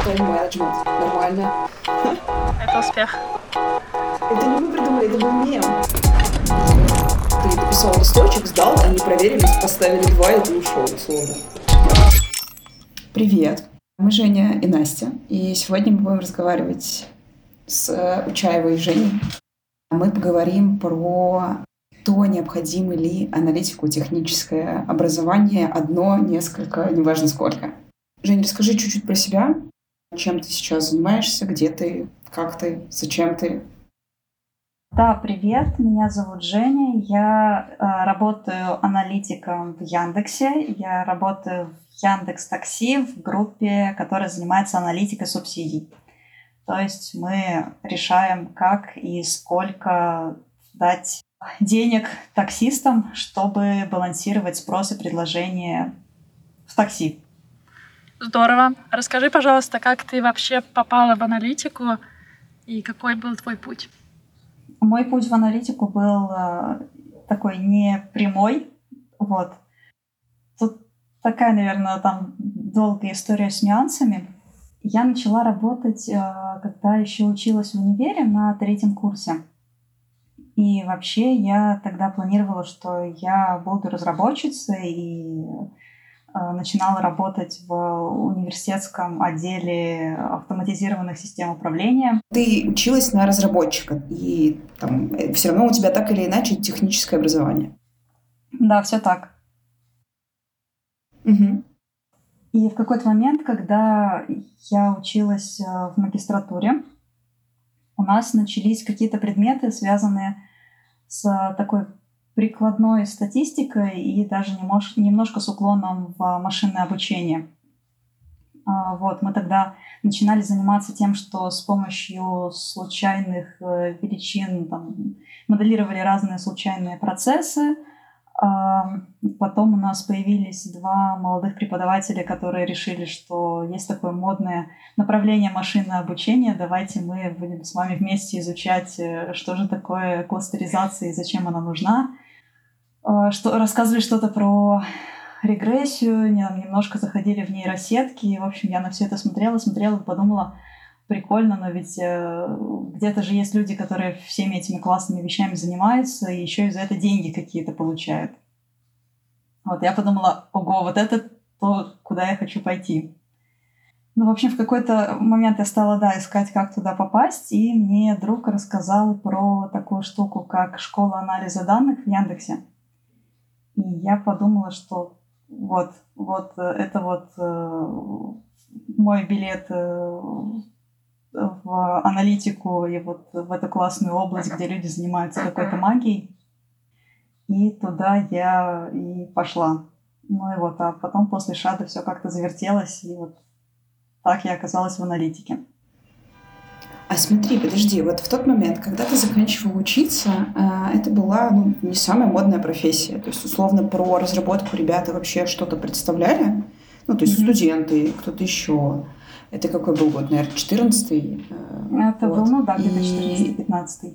Тайм-менеджмент. Нормально. Это успех. Это не мы придумали, это был мем. Ты написал листочек, сдал, они проверили, поставили 2, и ты ушел, условно. Привет. Мы Женя и Настя. И сегодня мы будем разговаривать с Учаевой и Женей. Мы поговорим про то, необходимо ли аналитико-техническое образование, одно, несколько, неважно сколько. Женя, расскажи чуть-чуть про себя. Чем ты сейчас занимаешься, где ты, как ты, зачем ты? Да, привет, меня зовут Женя, я работаю аналитиком в Яндексе, я работаю в Яндекс.Такси в группе, которая занимается аналитикой субсидий. То есть мы решаем, как и сколько дать денег таксистам, чтобы балансировать спрос и предложение в такси. Здорово. Расскажи, пожалуйста, как ты вообще попала в аналитику и какой был твой путь? Мой путь в аналитику был такой не прямой. Вот. Тут такая, наверное, там долгая история с нюансами. Я начала работать, когда еще училась в универе на 3-м курсе. И вообще я тогда планировала, что я буду разработчицей, и начинала работать в университетском отделе автоматизированных систем управления. Ты училась на разработчика, и там все равно у тебя так или иначе техническое образование. Да, все так. Угу. И в какой-то момент, когда я училась в магистратуре, у нас начались какие-то предметы, связанные с такой прикладной статистикой и даже немножко с уклоном в машинное обучение. Вот, мы тогда начинали заниматься тем, что с помощью случайных величин моделировали разные случайные процессы. Потом у нас появились 2 молодых преподавателя, которые решили, что есть такое модное направление машинное обучение. Давайте мы будем с вами вместе изучать, что же такое кластеризация и зачем она нужна. Рассказывали что-то про регрессию, немножко заходили в нейросетки. И, в общем, я на все это смотрела и подумала, прикольно, но ведь где-то же есть люди, которые всеми этими классными вещами занимаются и еще и за это деньги какие-то получают. Вот я подумала, ого, вот это то, куда я хочу пойти. Ну, в общем, в какой-то момент я стала, искать, как туда попасть, и мне друг рассказал про такую штуку, как школа анализа данных в Яндексе. И я подумала, что вот это мой билет в аналитику и вот в эту классную область, где люди занимаются какой-то магией. И туда я и пошла. Ну и вот, а потом после ШАДа все как-то завертелось, и вот так я оказалась в аналитике. А смотри, подожди, вот в тот момент, когда ты заканчивала учиться, это была не самая модная профессия. То есть, условно, про разработку ребята вообще что-то представляли. Ну, то есть студенты, кто-то еще. Это какой был год, наверное, 14-й? Это был, где-то 14-15.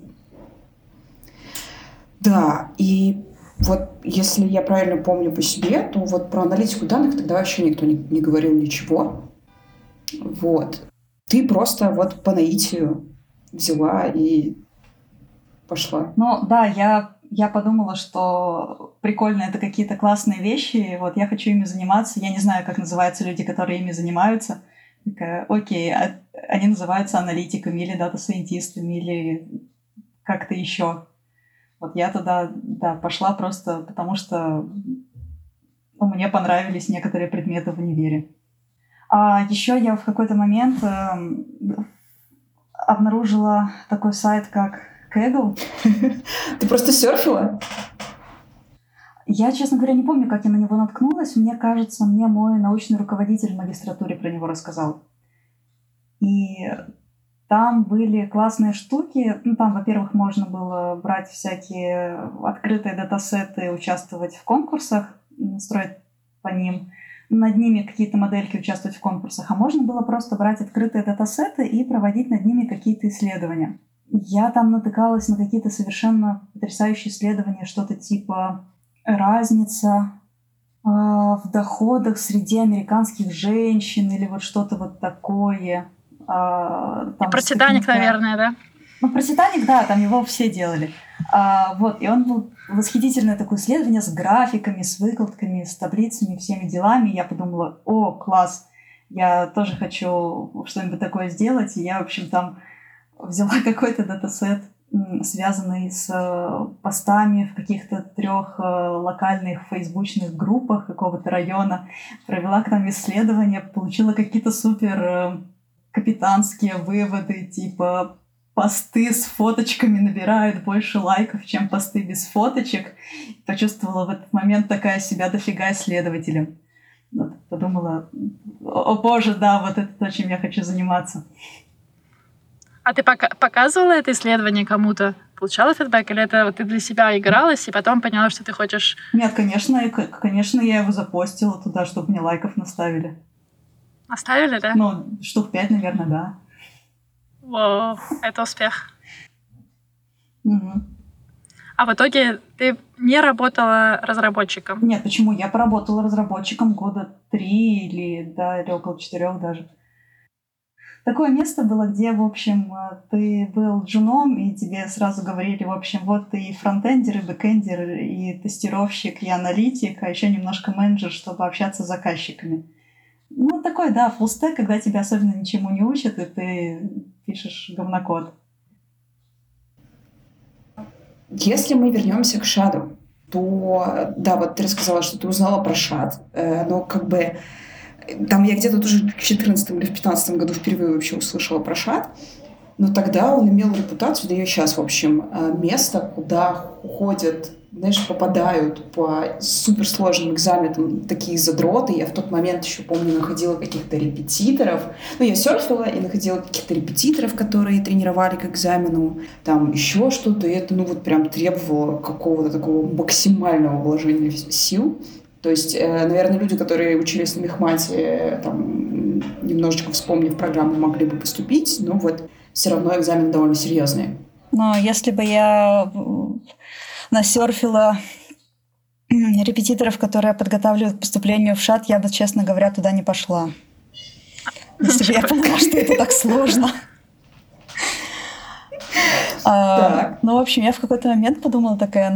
Да, и вот если я правильно помню по себе, то вот про аналитику данных тогда вообще никто не говорил ничего. Вот. Ты просто вот по наитию взяла и пошла. Ну да, я подумала, что прикольно, это какие-то классные вещи, вот я хочу ими заниматься. Я не знаю, как называются люди, которые ими занимаются. Такая, окей, они называются аналитиками или дата-сайентистами или как-то еще. Вот я туда, пошла просто потому, что мне понравились некоторые предметы в универе. А еще я в какой-то момент обнаружила такой сайт, как Kaggle. Ты просто серфила? Я, честно говоря, не помню, как я на него наткнулась. Мне кажется, мне мой научный руководитель в магистратуре про него рассказал. И там были классные штуки. Там, во-первых, можно было брать всякие открытые датасеты, участвовать в конкурсах, строить по ним. Над ними какие-то модельки, участвовать в конкурсах. А можно было просто брать открытые датасеты и проводить над ними какие-то исследования. Я там натыкалась на какие-то совершенно потрясающие исследования, что-то типа разница в доходах среди американских женщин или вот что-то вот такое. И про «Титаник», наверное, да? Ну, про «Титаник», да, там его все делали. Вот, и он был восхитительное такое исследование с графиками, с выкладками, с таблицами, всеми делами. И я подумала, о, класс, я тоже хочу что-нибудь такое сделать. И я, в общем, там взяла какой-то датасет, связанный с постами в каких-то 3 локальных фейсбучных группах какого-то района, провела к нам исследования, получила какие-то супер капитанские выводы, типа посты с фоточками набирают больше лайков, чем посты без фоточек. Почувствовала в этот момент такая себя дофига исследователем. Вот, подумала, о боже, да, вот это то, чем я хочу заниматься. А ты показывала это исследование кому-то? Получала фидбэк? Или это ты для себя игралась и потом поняла, что ты хочешь... Нет, конечно, я его запостила туда, чтобы мне лайков наставили. Оставили, да? Ну, штук 5, наверное, да. Вау, это успех. Угу. А в итоге ты не работала разработчиком? Нет, почему? Я поработала разработчиком года 3 или около 4 даже. Такое место было, где, в общем, ты был джуном, и тебе сразу говорили, в общем, вот ты и фронтендер, и бэкендер, и тестировщик, и аналитик, а еще немножко менеджер, чтобы общаться с заказчиками. Ну, такой, да, фуллстек, когда тебя особенно ничему не учат, и ты пишешь говнокод. Если мы вернемся к шаду, то, да, вот ты рассказала, что ты узнала про шад, но как бы там я где-то тоже в 2014 или в 2015 году впервые вообще услышала про шад, но тогда он имел репутацию, да и сейчас, в общем, место, куда ходят, знаешь, попадают по суперсложным экзаменам такие задроты. Я в тот момент еще, помню, находила каких-то репетиторов. Ну, я серфила и находила каких-то репетиторов, которые тренировали к экзамену. Там еще что-то. И это, ну, вот прям требовало какого-то такого максимального вложения сил. То есть, наверное, люди, которые учились на мехмате, там, немножечко вспомнив программу, могли бы поступить, но вот все равно экзамен довольно серьезный. Но если бы я насерфила репетиторов, которые подготавливают к поступлению в ШАД, я бы, честно говоря, туда не пошла. Если бы я поняла, что это так сложно. Ну, в общем, я в какой-то момент подумала такая,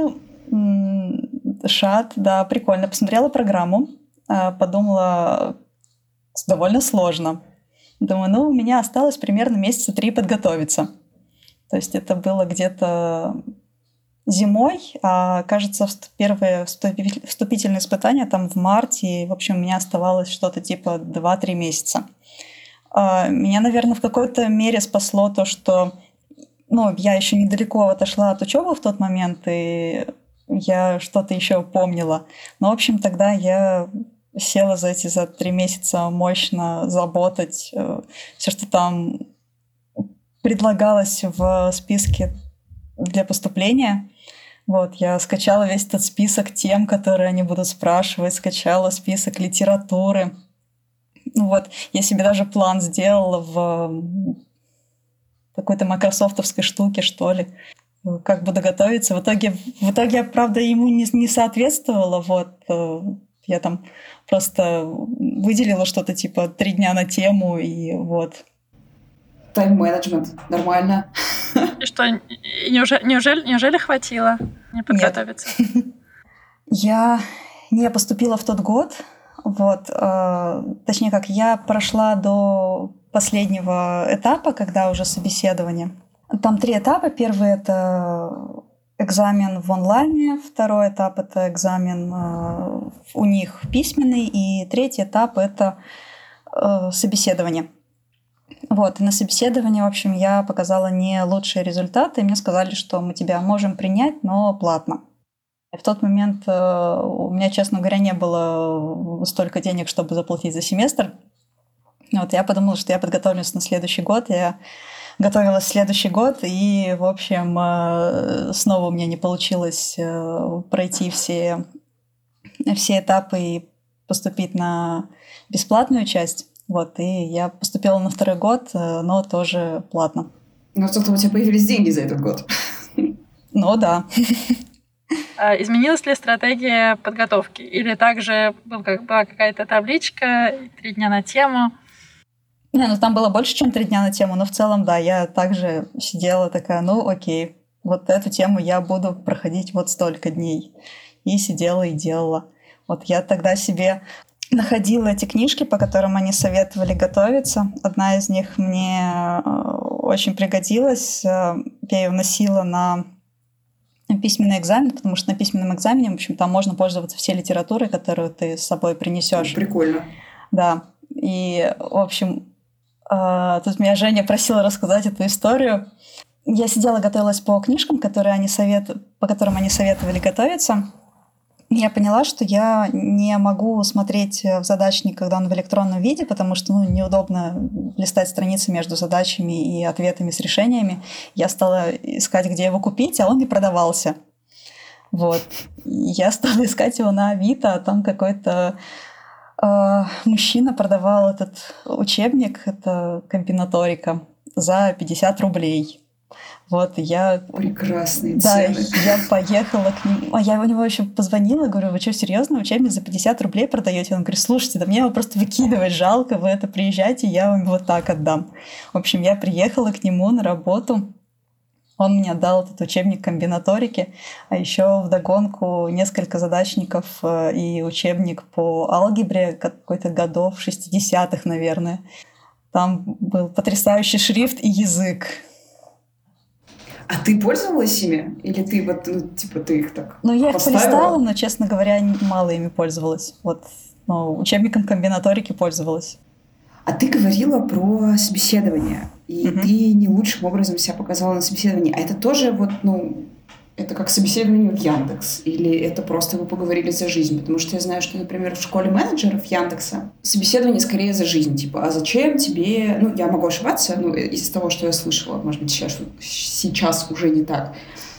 ШАД, да, прикольно. Посмотрела программу, подумала, довольно сложно. Думаю, у меня осталось примерно месяца 3 подготовиться. То есть это было где-то зимой, кажется, первые вступительные испытания там в марте, и, в общем, у меня оставалось что-то типа 2-3 месяца. Меня, наверное, в какой-то мере спасло то, что я еще недалеко отошла от учебы в тот момент, и я что-то еще помнила. Но, в общем, тогда я села за 3 месяца мощно заботать все, что там предлагалось в списке для поступления. Вот, я скачала весь этот список тем, которые они будут спрашивать, скачала список литературы. Вот, я себе даже план сделала в какой-то майкрософтовской штуке, что ли, как буду готовиться. В итоге я, правда, ему не соответствовала. Вот, я там просто выделила что-то типа 3 дня на тему, и вот. Тайм-менеджмент. Нормально. И что, неужели хватило не подготовиться? Нет. Я не поступила в тот год. Вот. Точнее, как я прошла до последнего этапа, когда уже собеседование. Там 3 этапа. Первый — это экзамен в онлайне, второй этап — это экзамен у них письменный, и 3-й этап — это собеседование. Вот, и на собеседовании, в общем, я показала не лучшие результаты, и мне сказали, что мы тебя можем принять, но платно. И в тот момент у меня, честно говоря, не было столько денег, чтобы заплатить за семестр. Вот, я подумала, что я подготовлюсь на следующий год. Я готовилась следующий год, и, в общем, снова у меня не получилось пройти все этапы и поступить на бесплатную часть. Вот, и я поступила на 2-й год, но тоже платно. Но зато у тебя появились деньги за этот год. Ну да. Изменилась ли стратегия подготовки? Или также была какая-то табличка, 3 дня на тему? Не, ну там было больше, чем 3 дня на тему, но в целом, да, я также сидела такая, ну окей, вот эту тему я буду проходить вот столько дней. И сидела и делала. Вот я тогда себе находила эти книжки, по которым они советовали готовиться. Одна из них мне очень пригодилась. Я ее носила на письменный экзамен, потому что на письменном экзамене, в общем, там можно пользоваться всей литературой, которую ты с собой принесешь. Прикольно. Да. И, в общем, тут меня Женя просила рассказать эту историю. Я сидела, готовилась по книжкам, по которым они советовали готовиться. Я поняла, что я не могу смотреть в задачник, когда он в электронном виде, потому что неудобно листать страницы между задачами и ответами с решениями. Я стала искать, где его купить, а он не продавался. Вот. Я стала искать его на Авито, а там какой-то мужчина продавал этот учебник, это комбинаторика, за 50 рублей. Вот, я... Прекрасные цены. Да, я поехала к нему. Я у него еще позвонила, говорю, вы что, серьезно, учебник за 50 рублей продаете? Он говорит, слушайте, да мне его просто выкидывать жалко, вы это приезжайте, я вам вот так отдам. В общем, я приехала к нему на работу, он мне дал этот учебник комбинаторики, а еще вдогонку несколько задачников и учебник по алгебре какой-то годов 60-х, наверное. Там был потрясающий шрифт и язык. А ты пользовалась ими? Или ты вот, ты их так я их поставила? полистала, но, честно говоря, мало ими пользовалась. Вот, учебником комбинаторики пользовалась. А ты говорила про собеседование, и ты не лучшим образом себя показала на собеседовании. А это тоже это как собеседование в Яндекс? Или это просто вы поговорили за жизнь? Потому что я знаю, что, например, в школе менеджеров Яндекса собеседование скорее за жизнь. Типа, а зачем тебе... я могу ошибаться, из того, что я слышала. Может быть, сейчас уже не так.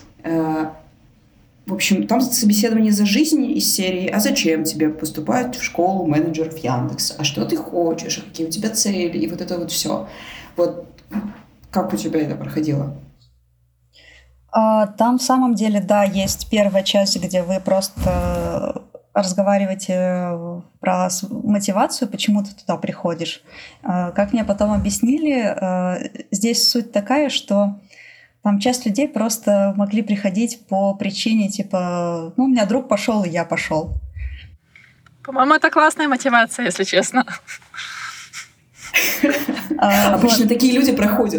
В общем, там собеседование за жизнь из серии «А зачем тебе поступать в школу менеджеров Яндекса? А что ты хочешь? А какие у тебя цели?» И вот это вот все. Вот как у тебя это проходило? Там в самом деле, да, есть первая часть, где вы просто разговариваете про мотивацию, почему ты туда приходишь. Как мне потом объяснили, здесь суть такая, что там часть людей просто могли приходить по причине, типа, у меня друг пошел, и я пошел. По-моему, это классная мотивация, если честно. Обычно такие люди проходят.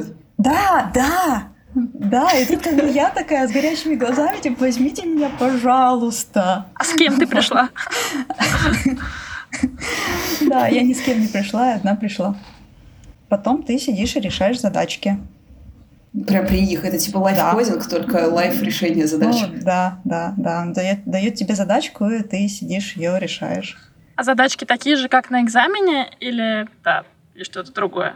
Да, и тут я такая с горящими глазами, типа, возьмите меня, пожалуйста. А с кем ты пришла? Да, я ни с кем не пришла, я одна пришла. Потом ты сидишь и решаешь задачки. Прям при них. Это типа лайфкодинг, только лайф-решение задачек. Да. Дают тебе задачку, и ты сидишь, ее решаешь. А задачки такие же, как на экзамене, или что-то другое?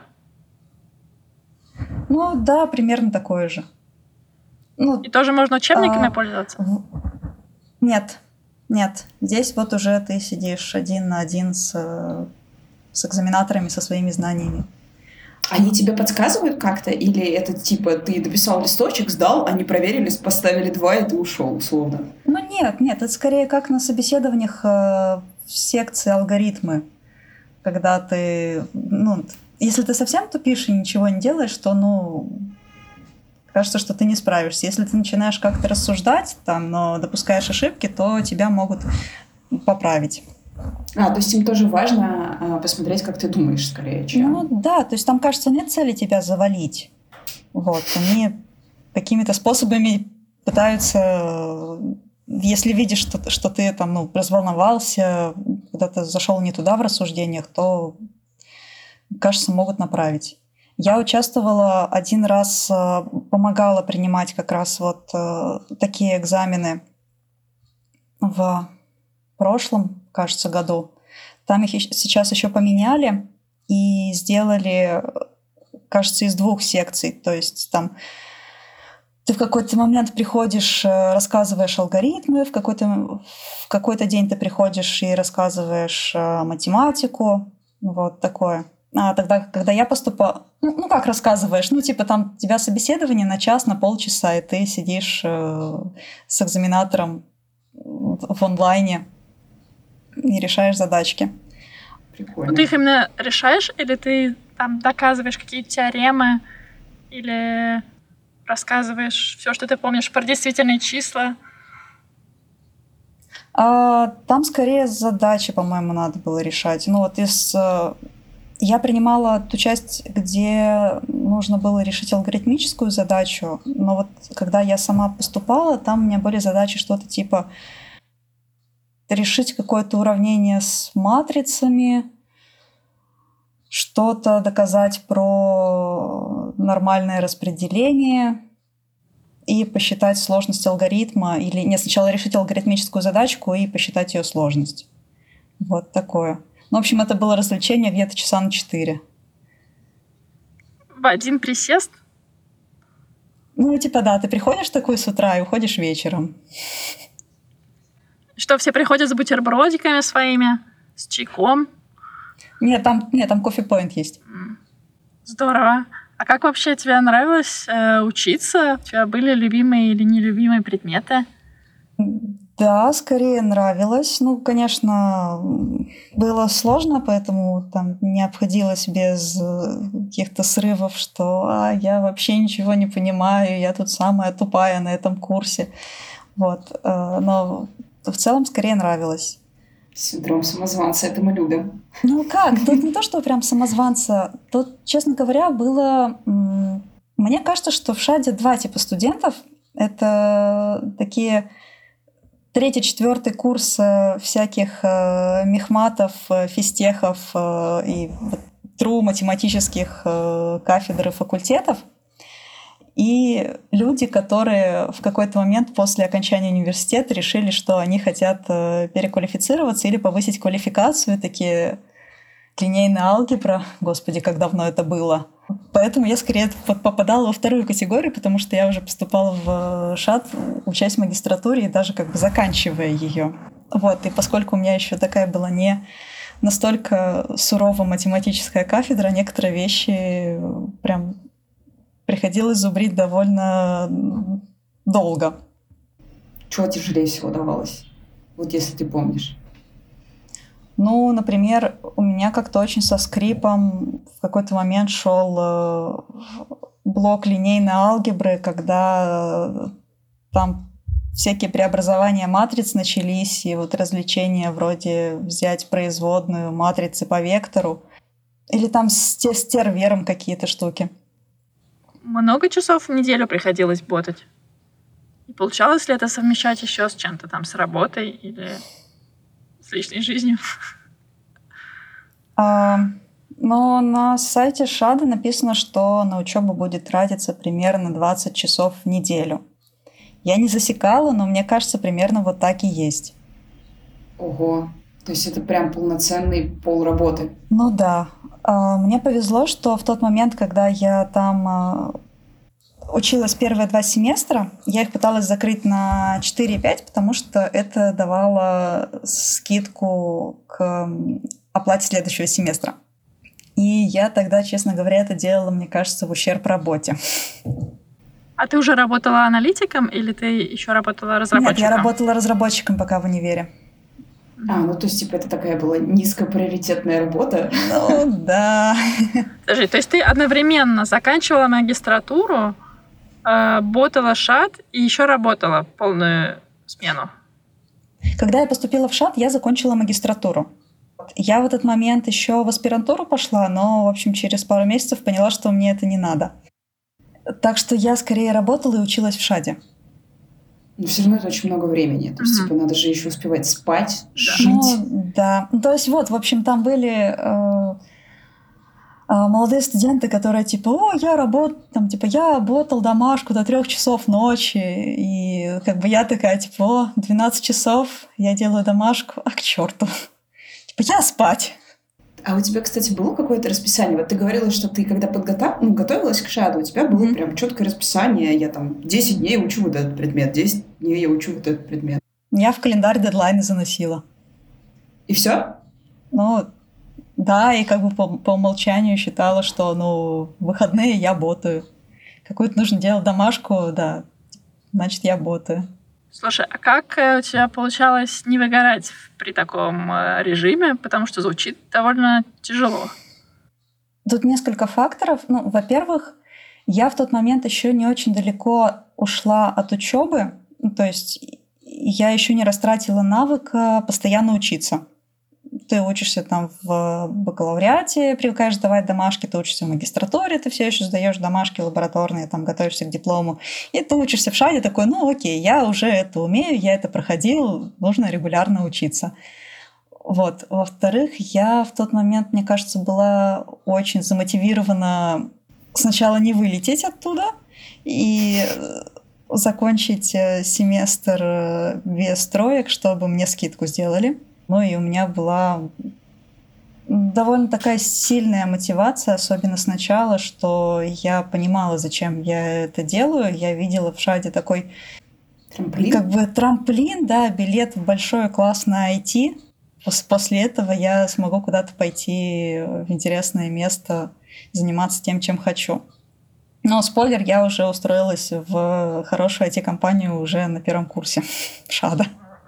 Да, примерно такое же. И тоже можно учебниками пользоваться? Нет. Здесь вот уже ты сидишь один на один с экзаменаторами, со своими знаниями. Они тебе подсказывают как-то? Или это типа ты дописал листочек, сдал, они проверили, поставили 2, и ты ушел, условно? Нет, это скорее как на собеседованиях в секции алгоритмы. Когда ты... если ты совсем тупишь и ничего не делаешь, то, кажется, что ты не справишься. Если ты начинаешь как-то рассуждать, но допускаешь ошибки, то тебя могут поправить. То есть им тоже важно посмотреть, как ты думаешь, скорее, чем... Да, то есть там, кажется, нет цели тебя завалить. Вот, они какими-то способами пытаются... Если видишь, что ты там, разволновался, куда-то зашел не туда в рассуждениях, то, кажется, могут направить. Я участвовала один раз, помогала принимать как раз вот такие экзамены в прошлом, кажется, году. Там их сейчас еще поменяли и сделали, кажется, из 2 секций. То есть там ты в какой-то момент приходишь, рассказываешь алгоритмы, в какой-то день ты приходишь и рассказываешь математику, вот такое. А тогда, когда я поступала... как рассказываешь? Там у тебя собеседование на час, на полчаса, и ты сидишь с экзаменатором в онлайне и решаешь задачки. Прикольно. Ну, ты их именно решаешь, или ты там доказываешь какие-то теоремы, или рассказываешь все, что ты помнишь про действительные числа? Там скорее задачи, по-моему, надо было решать. Ну вот я принимала ту часть, где нужно было решить алгоритмическую задачу, но вот когда я сама поступала, там у меня были задачи что-то типа решить какое-то уравнение с матрицами, что-то доказать про нормальное распределение и посчитать сложность алгоритма. Или нет, сначала решить алгоритмическую задачку и посчитать ее сложность. Вот такое. Ну, в общем, это было развлечение где-то часа на 4. В один присест? Ну, типа, да, ты приходишь такой с утра и уходишь вечером. Что, все приходят с бутербродиками своими, с чайком? Нет, там кофе-поинт есть. Здорово. А как вообще тебе нравилось учиться? У тебя были любимые или нелюбимые предметы? Да, скорее нравилось. Ну, конечно, было сложно, поэтому там не обходилось без каких-то срывов, что я вообще ничего не понимаю, я тут самая тупая на этом курсе. Вот. Но в целом скорее нравилось. Синдром самозванца, это мы любим. Ну как, тут не то, что прям самозванца. Тут, честно говоря, было... Мне кажется, что в ШАДе 2 типа студентов. Это такие 3-4 курс всяких мехматов, физтехов и тру математических кафедр и факультетов. И люди, которые в какой-то момент после окончания университета решили, что они хотят переквалифицироваться или повысить квалификацию, такие линейная алгебра, господи, как давно это было. Поэтому я скорее попадала во вторую категорию, потому что я уже поступала в ШАД, учась в магистратуре и даже как бы заканчивая ее. Вот, и поскольку у меня еще такая была не настолько суровая математическая кафедра, некоторые вещи прям приходилось зубрить довольно долго. Чего тяжелее всего давалось? Вот если ты помнишь. Ну, например, у меня как-то очень со скрипом в какой-то момент шел блок линейной алгебры, когда там всякие преобразования матриц начались, и вот развлечения вроде взять производную матрицы по вектору, или там с тервером какие-то штуки. Много часов в неделю приходилось ботать? И получалось ли это совмещать еще с чем-то там, с работой или с личной жизнью? Но на сайте ШАДа написано, что на учебу будет тратиться примерно 20 часов в неделю. Я не засекала, но мне кажется, примерно вот так и есть. Ого, то есть это прям полноценный полработы. Ну да. Мне повезло, что в тот момент, когда я там училась первые 2 семестра, я их пыталась закрыть на 4,5, потому что это давало скидку к оплате следующего семестра. И я тогда, честно говоря, это делала, мне кажется, в ущерб работе. А ты уже работала аналитиком или ты еще работала разработчиком? Нет, я работала разработчиком пока в универе. Ну то есть, типа, это такая была низкоприоритетная работа? Ну, да. Подожди, то есть ты одновременно заканчивала магистратуру, ботала ШАД и еще работала полную смену? Когда я поступила в ШАД, я закончила магистратуру. Я в этот момент еще в аспирантуру пошла, но, в общем, через пару месяцев поняла, что мне это не надо. Так что я скорее работала и училась в ШАДе. Но все равно это очень много времени. То есть, типа, надо же еще успевать спать, жить. Ну, да. То есть вот, в общем, там были молодые студенты, которые типа, я работал домашку до 3 часов ночи, и как бы я такая, типа, 12 часов, я делаю домашку, к черту. Типа, я спать. А у тебя, кстати, было какое-то расписание? Вот ты говорила, что ты, когда готовилась к ШАДу, у тебя было прям четкое расписание. Я там 10 дней учу вот этот предмет, 10 дней я учу вот этот предмет. Я в календарь дедлайны заносила. И все? Ну, да, и как бы по умолчанию считала, что, в выходные я ботаю. Какую-то нужно делать домашку, да, значит, я ботаю. Слушай, а как у тебя получалось не выгорать при таком режиме? Потому что звучит довольно тяжело. Тут несколько факторов. Ну, во-первых, я в тот момент еще не очень далеко ушла от учебы. То есть я еще не растратила навык постоянно учиться. Ты учишься там в бакалавриате, привыкаешь сдавать домашки, ты учишься в магистратуре, ты все еще сдаешь домашки лабораторные, там готовишься к диплому, и ты учишься в шаге такой, ну окей, я уже это умею, я это проходил, нужно регулярно учиться. Вот. Во-вторых, я в тот момент, мне кажется, была очень замотивирована сначала не вылететь оттуда и закончить семестр без троек, чтобы мне скидку сделали. Ну и у меня была довольно такая сильная мотивация, особенно сначала, что я понимала, зачем я это делаю. Я видела в ШАДе такой трамплин, да, билет в большое классное IT. После этого я смогу куда-то пойти в интересное место, заниматься тем, чем хочу. Но, спойлер, я уже устроилась в хорошую IT-компанию уже на первом курсе ШАДа.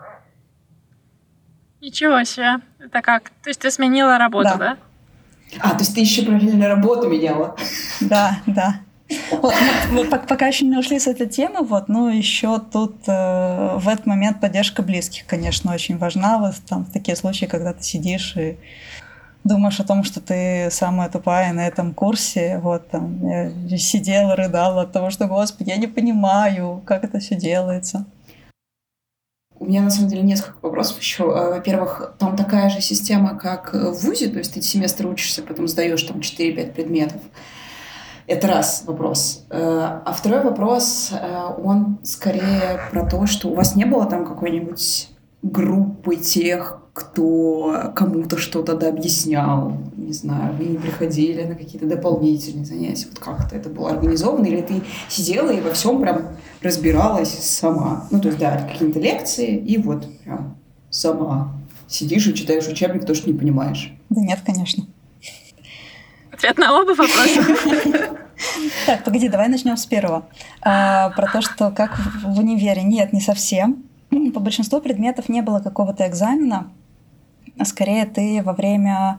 Ничего себе. Это как? То есть ты сменила работу, да? То есть ты еще параллельно работу меняла? Да. Вот, мы пока еще не ушли с этой темы, но еще тут в этот момент поддержка близких, конечно, очень важна. Вот там в такие случаи, когда ты сидишь и думаешь о том, что ты самая тупая на этом курсе. Я сидела, рыдала от того, что, господи, я не понимаю, как это все делается. У меня, на самом деле, несколько вопросов еще. Во-первых, там такая же система, как в ВУЗе, то есть ты семестр учишься, потом сдаешь там 4-5 предметов. Это раз вопрос. А второй вопрос, он скорее про то, что у вас не было там какой-нибудь группы тех, кто кому-то что-то объяснял, не знаю, вы не приходили на какие-то дополнительные занятия, вот как-то это было организовано, или ты сидела и во всем прям разбиралась сама? Ну, то есть, да, какие-то лекции, и вот прям сама сидишь и читаешь учебник, потому что не понимаешь. Да нет, конечно. Ответ на оба вопроса. Так, погоди, давай начнем с первого. Про то, что как в универе. Нет, не совсем. По большинству предметов не было какого-то экзамена. А скорее ты во время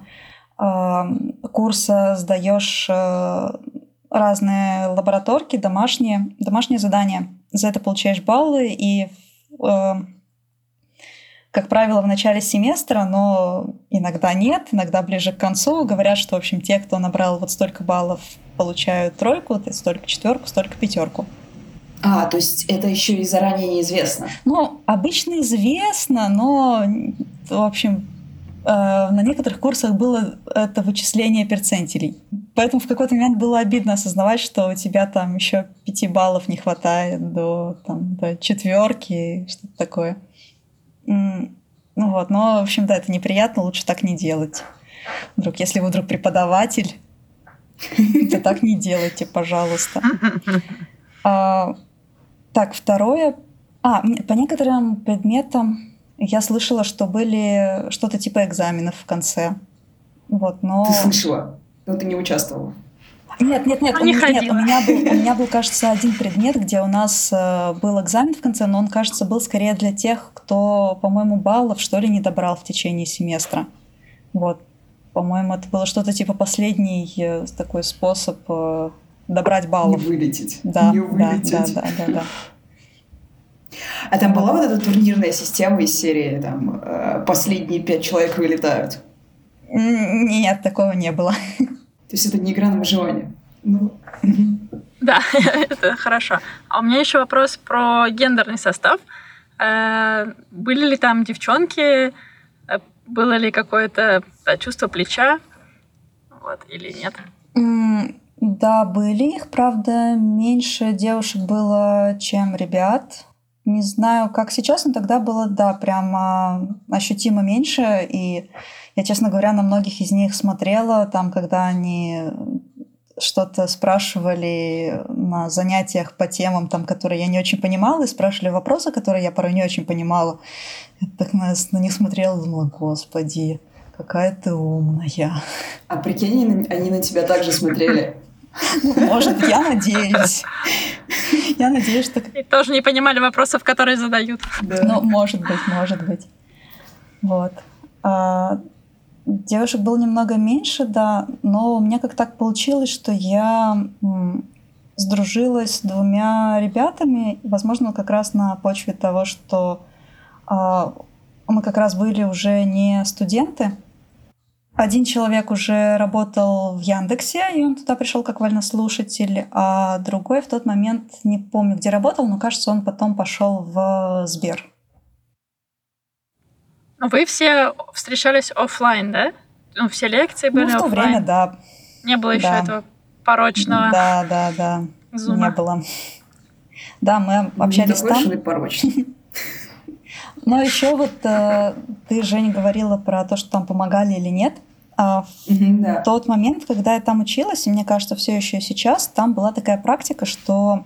курса сдаешь разные лабораторки, домашние задания. За это получаешь баллы, и, как правило, в начале семестра, но иногда нет, иногда ближе к концу, говорят, что, в общем, те, кто набрал вот столько баллов, получают тройку, столько четверку, столько пятерку. То есть это еще и заранее неизвестно? Ну, обычно известно, но, в общем, на некоторых курсах было это вычисление перцентилей. Поэтому в какой-то момент было обидно осознавать, что у тебя там еще 5 баллов не хватает до четверки, что-то такое. Ну вот, но, в общем, да, это неприятно, лучше так не делать. Если вы вдруг преподаватель, то так не делайте, пожалуйста. Так, второе. По некоторым предметам я слышала, что были что-то типа экзаменов в конце. Но... Ты слышала, но ты не участвовала? Нет. У меня был, кажется, один предмет, где у нас был экзамен в конце, но он, кажется, был скорее для тех, кто, по-моему, баллов, что ли, не добрал в течение семестра. По-моему, это было что-то типа последний такой способ добрать баллов. Не вылететь. Да. А там была вот эта турнирная система из серии, там, последние 5 человек вылетают? Нет, такого не было. То есть это не игра на выживание? Да, это хорошо. А у меня еще вопрос про гендерный состав. Были ли там девчонки? Было ли какое-то чувство плеча? Или нет? Да, были их, правда, меньше девушек было, чем ребят. Не знаю, как сейчас, но тогда было, да, прямо ощутимо меньше. И я, честно говоря, на многих из них смотрела, там, когда они что-то спрашивали на занятиях по темам, там, которые я не очень понимала, и спрашивали вопросы, которые я порой не очень понимала. Я так на них смотрела и думала, господи, какая ты умная. А прикинь, они на тебя также смотрели? Может, я надеюсь. Я надеюсь, что... И тоже не понимали вопросов, которые задают. Ну, может быть. Вот. Девушек было немного меньше, да, но у меня как так получилось, что я сдружилась с двумя ребятами, возможно, как раз на почве того, что мы как раз были уже не студенты. Один человек уже работал в Яндексе, и он туда пришел как вольнослушатель, а другой в тот момент, не помню, где работал, но, кажется, он потом пошел в Сбер. Вы все встречались офлайн, да? Ну, все лекции были в то офлайн. время, да. Не было еще этого порочного Да. зума. Не было. Да, мы общались не там. Не порочный. Но еще вот ты, Жень, говорила про то, что там помогали или нет. В тот момент, когда я там училась, и мне кажется, все еще и сейчас, там была такая практика, что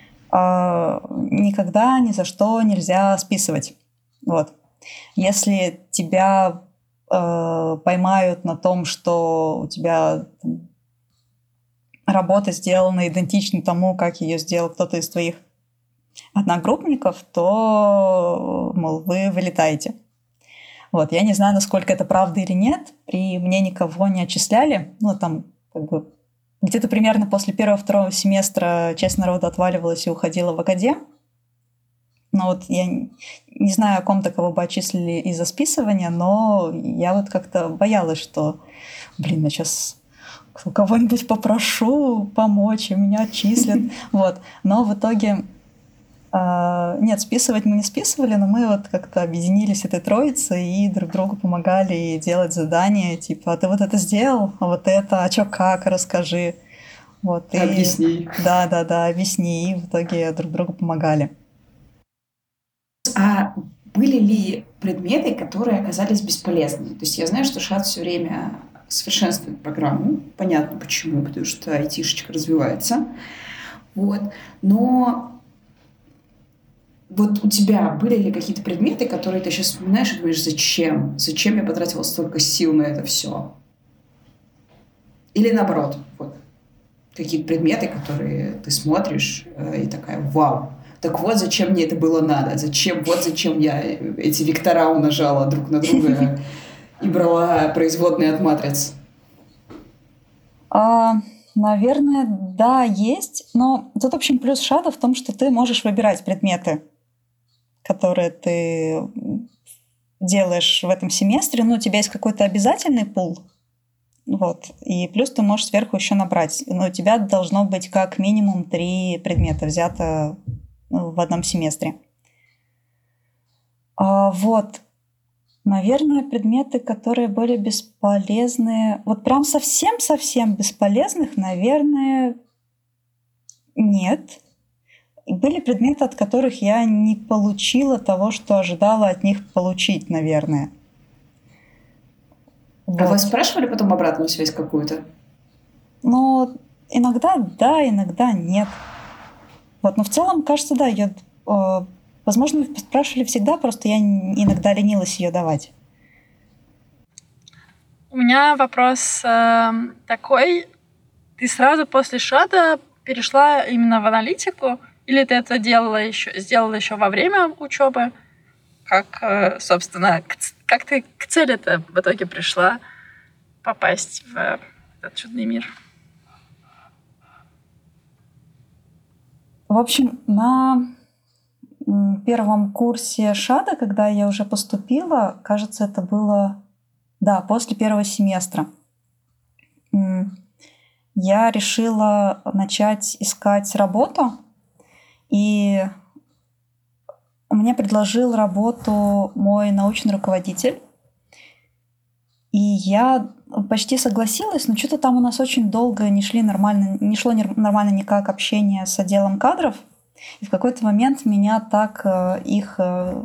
никогда ни за что нельзя списывать. Вот. Если тебя поймают на том, что у тебя работа сделана идентично тому, как ее сделал кто-то из твоих одногруппников, то, мол, вы вылетаете. Вот. Я не знаю, насколько это правда или нет. При мне никого не отчисляли. Ну, там, как бы, где-то примерно после первого-второго семестра часть народа отваливалась и уходила в академ. Но вот я не знаю, о ком-то, кого бы отчислили из-за списывания, но я вот как-то боялась, что, я сейчас кого-нибудь попрошу помочь, и меня отчислят. Вот. Но в итоге... Нет, списывать мы не списывали, но мы вот как-то объединились этой троицей и друг другу помогали делать задания, типа, а ты вот это сделал, а вот это, а чё, как, расскажи. Вот, и... Объясни. Да, объясни, и в итоге друг другу помогали. А были ли предметы, которые оказались бесполезными? То есть я знаю, что ШАД все время совершенствует программу, понятно почему, потому что айтишечка развивается, вот, но... Вот у тебя были ли какие-то предметы, которые ты сейчас вспоминаешь и думаешь, зачем? Зачем я потратила столько сил на это все? Или наоборот, вот какие-то предметы, которые ты смотришь и такая, вау, так вот зачем мне это было надо, зачем я эти вектора умножала друг на друга и брала производные от матриц? Наверное, да, есть, но тут, в общем, плюс ШАДа в том, что ты можешь выбирать предметы, которые ты делаешь в этом семестре. Ну, у тебя есть какой-то обязательный пул, вот, и плюс ты можешь сверху еще набрать. Но у тебя должно быть как минимум 3 предмета взято в одном семестре. Вот. Наверное, предметы, которые были бесполезны... Вот прям совсем-совсем бесполезных, наверное, нет. И были предметы, от которых я не получила того, что ожидала от них получить, наверное. Вот. А вы спрашивали потом обратную связь какую-то? Ну, иногда да, иногда нет. Вот, но в целом, кажется, да, я... Возможно, вы спрашивали всегда, просто я иногда ленилась ее давать. У меня вопрос такой. Ты сразу после ШАДа перешла именно в аналитику? Или ты это сделала еще во время учебы? Как, собственно, как ты к цели-то в итоге пришла попасть в этот чудный мир? В общем, на первом курсе ШАДа, когда я уже поступила, кажется, это было, да, после первого семестра, я решила начать искать работу, и мне предложил работу мой научный руководитель, и я почти согласилась, но что-то там у нас очень долго не шло нормально никак общение с отделом кадров. И в какой-то момент меня так их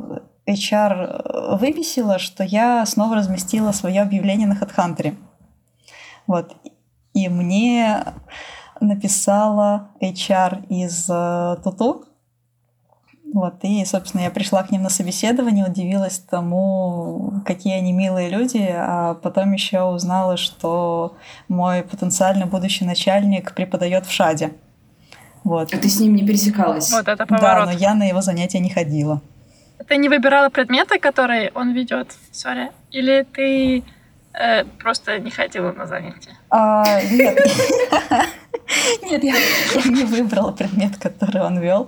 HR выбесило, что я снова разместила свое объявление на HeadHunter. Вот. И мне написала HR из Туту. Вот. И, собственно, я пришла к ним на собеседование, удивилась тому, какие они милые люди, а потом еще узнала, что мой потенциально будущий начальник преподает в ШАДе. Вот. А ты с ним не пересекалась? Вот это поворот. Да, но я на его занятия не ходила. Ты не выбирала предметы, которые он ведет, или ты просто не ходила на занятия? Нет. Нет, я не выбрала предмет, который он вел.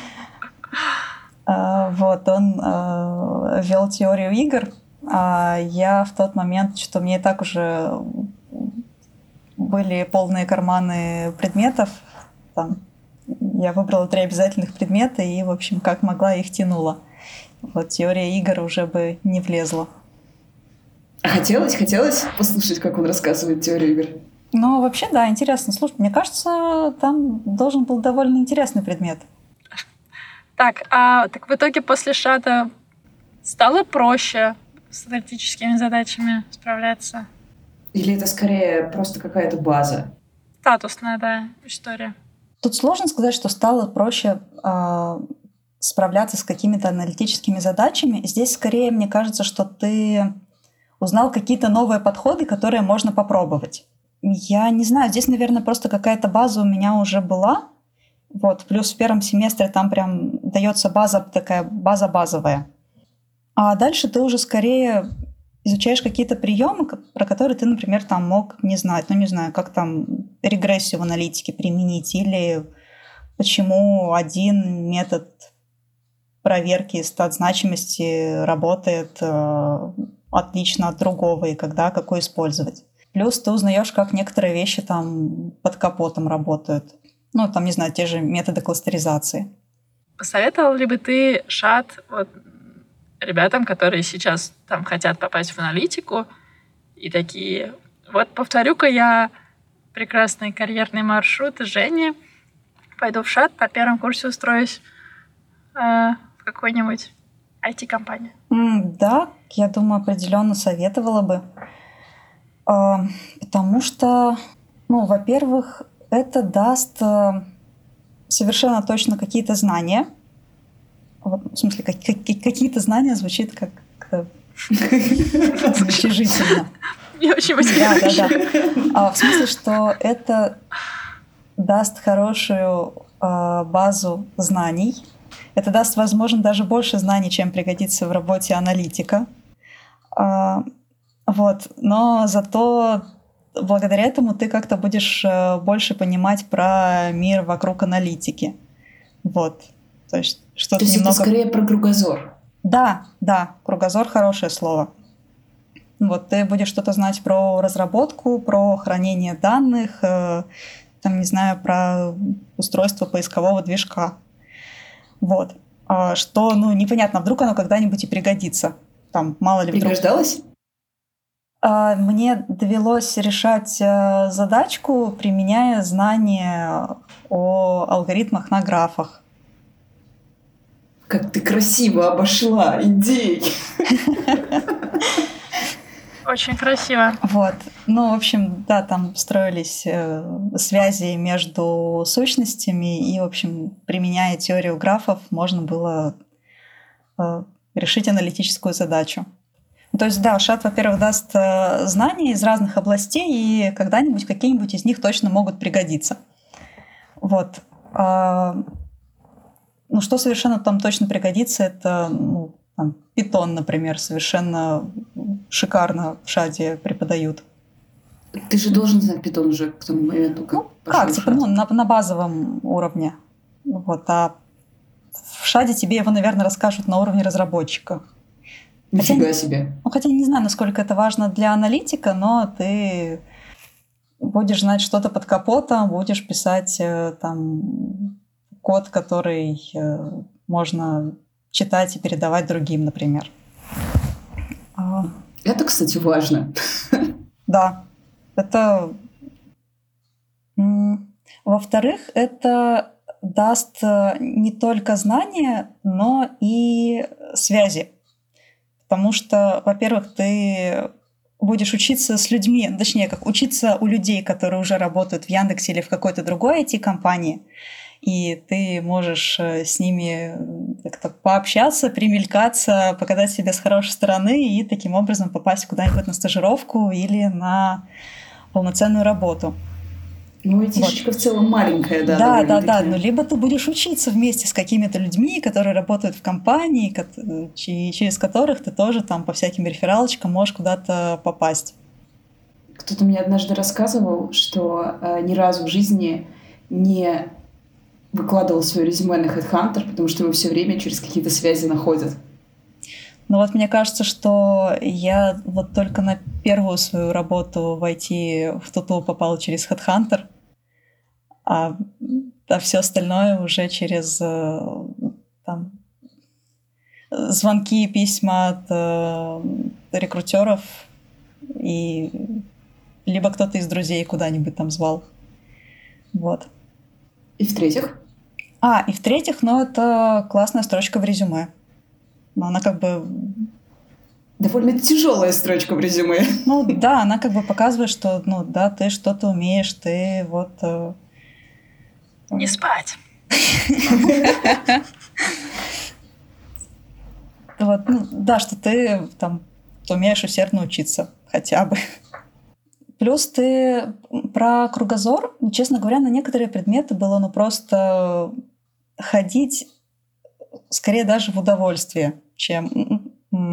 Вот, он вел теорию игр, а я в тот момент, что мне и так уже были полные карманы предметов, там, я выбрала 3 обязательных предмета и, в общем, как могла, их тянула. Вот теория игр уже бы не влезла. А хотелось послушать, как он рассказывает теорию игр? Ну, вообще, да, интересно. Слушай, мне кажется, там должен был довольно интересный предмет. Так в итоге после ШАТа стало проще с аналитическими задачами справляться? Или это скорее просто какая-то база? Статусная, да, история. Тут сложно сказать, что стало проще справляться с какими-то аналитическими задачами. Здесь скорее, мне кажется, что ты узнал какие-то новые подходы, которые можно попробовать. Я не знаю, здесь, наверное, просто какая-то база у меня уже была. Вот, плюс в первом семестре там прям дается база, такая база базовая. А дальше ты уже скорее изучаешь какие-то приемы, про которые ты, например, там мог не знать. Ну, не знаю, как там регрессию в аналитике применить, или почему один метод проверки стат-значимости работает отлично от другого, и когда какой использовать. Плюс ты узнаешь, как некоторые вещи там под капотом работают. Ну, там, не знаю, те же методы кластеризации. Посоветовал ли бы ты ШАТ ребятам, которые сейчас там хотят попасть в аналитику и такие: вот повторю-ка я прекрасный карьерный маршрут Жени, пойду в ШАТ, на первом курсе устроюсь в какой-нибудь IT-компанию? Да, я думаю, определенно советовала бы. Потому что, во-первых, это даст совершенно точно какие-то знания. В смысле, какие-то знания звучит как уничижительно. Не очень мотивирующе. Да. В смысле, что это даст хорошую базу знаний. Это даст, возможно, даже больше знаний, чем пригодится в работе аналитика. Вот. Но зато благодаря этому ты как-то будешь больше понимать про мир вокруг аналитики. Вот. То есть что-то немного... это скорее про кругозор. Да, кругозор — хорошее слово. Вот, ты будешь что-то знать про разработку, про хранение данных, там, не знаю, про устройство поискового движка. Вот. Что, непонятно, вдруг оно когда-нибудь и пригодится. Там, мало ли вдруг... Пригождалось? Мне довелось решать задачку, применяя знания о алгоритмах на графах. Как ты красиво обошла идеи. Очень красиво. Вот. В общем, да, там строились связи между сущностями, и, в общем, применяя теорию графов, можно было решить аналитическую задачу. То есть, да, ШАТ, во-первых, даст знания из разных областей, и когда-нибудь какие-нибудь из них точно могут пригодиться. Вот. Что совершенно там точно пригодится, это Python, например, совершенно шикарно в ШАТе преподают. Ты же должен знать Python уже к тому моменту, как на базовом уровне. Вот. А в ШАТе тебе его, наверное, расскажут на уровне разработчика. Нифига себе. Хотя не знаю, насколько это важно для аналитика, но ты будешь знать что-то под капотом, будешь писать там код, который можно читать и передавать другим, например. Это, кстати, важно. Да. Это... Во-вторых, это даст не только знания, но и связи. Потому что, во-первых, ты будешь учиться с людьми, точнее, как учиться у людей, которые уже работают в Яндексе или в какой-то другой IT-компании, и ты можешь с ними как-то пообщаться, примелькаться, показать себя с хорошей стороны и таким образом попасть куда-нибудь на стажировку или на полноценную работу. Ну, айтишечка в целом маленькая, да. Да. Но либо ты будешь учиться вместе с какими-то людьми, которые работают в компании, через которых ты тоже там по всяким рефералочкам можешь куда-то попасть. Кто-то мне однажды рассказывал, что ни разу в жизни не выкладывал свое резюме на HeadHunter, потому что его все время через какие-то связи находят. Ну вот мне кажется, что я вот только на первую свою работу в IT в ТУТУ попала через HeadHunter, а все остальное уже через там, звонки и письма от рекрутеров, и либо кто-то из друзей куда-нибудь там звал. Вот. И в-третьих? И в-третьих, это классная строчка в резюме. Но она как бы... Довольно тяжелая строчка в резюме. Ну да, она как бы показывает, что ты что-то умеешь, ты вот... Не спать. Что ты там умеешь усердно учиться хотя бы. Плюс ты про кругозор, честно говоря, на некоторые предметы было просто ходить скорее даже в удовольствие, чем...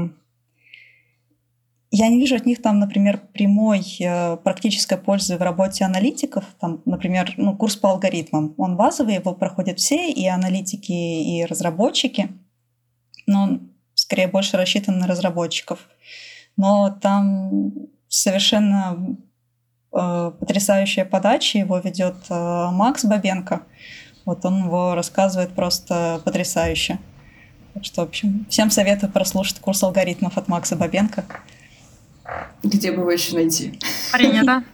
Я не вижу от них там, например, прямой практической пользы в работе аналитиков. Там, например, курс по алгоритмам. Он базовый, его проходят все, и аналитики, и разработчики. Но он скорее больше рассчитан на разработчиков. Но там совершенно потрясающая подача. Его ведет Макс Бабенко. Вот он его рассказывает просто потрясающе. Так что, в общем, всем советую прослушать курс алгоритмов от Макса Бабенко. Где бы его еще найти? Принято.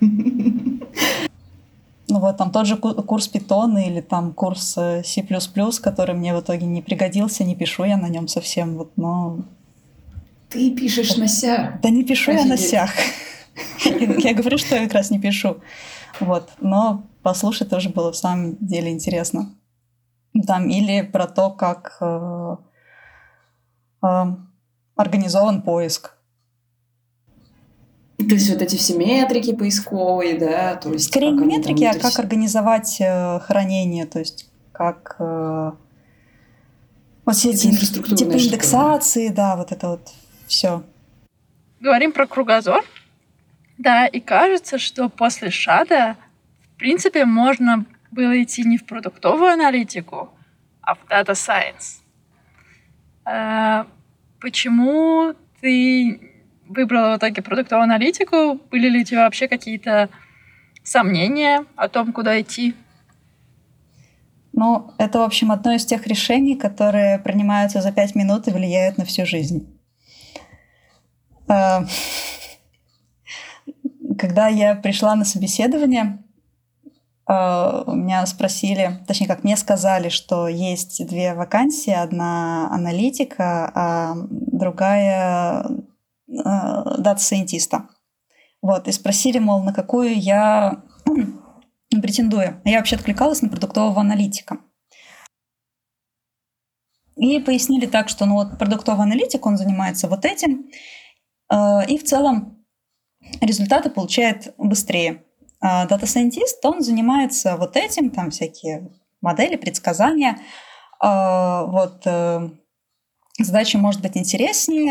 Там тот же курс Python или там курс C++, который мне в итоге не пригодился, не пишу я на нем совсем. Но... Ты пишешь на сях. Да не пишу я на сях. Я говорю, что я как раз не пишу. Но послушать тоже было в самом деле интересно. Или про то, как организован поиск. То есть вот эти все метрики поисковые, да? То есть скорее не метрики, а как организовать хранение, то есть как вот все эти типа индексации, да, вот это вот все. Говорим про кругозор. Да, и кажется, что после ШАДа, в принципе, можно было идти не в продуктовую аналитику, а в Data Science. Почему ты выбрала в итоге продуктовую аналитику? Были ли у тебя вообще какие-то сомнения о том, куда идти? Это, в общем, одно из тех решений, которые принимаются за 5 минут и влияют на всю жизнь. Когда я пришла на собеседование, меня спросили, точнее, как мне сказали, что есть 2 вакансии. Одна аналитика, а другая дата-сайентиста. И спросили, мол, на какую я претендую. Я вообще откликалась на продуктового аналитика. И пояснили так, что продуктовый аналитик, он занимается вот этим, и в целом результаты получает быстрее. Дата-сайентист, он занимается вот этим, там всякие модели, предсказания. Задача может быть интереснее,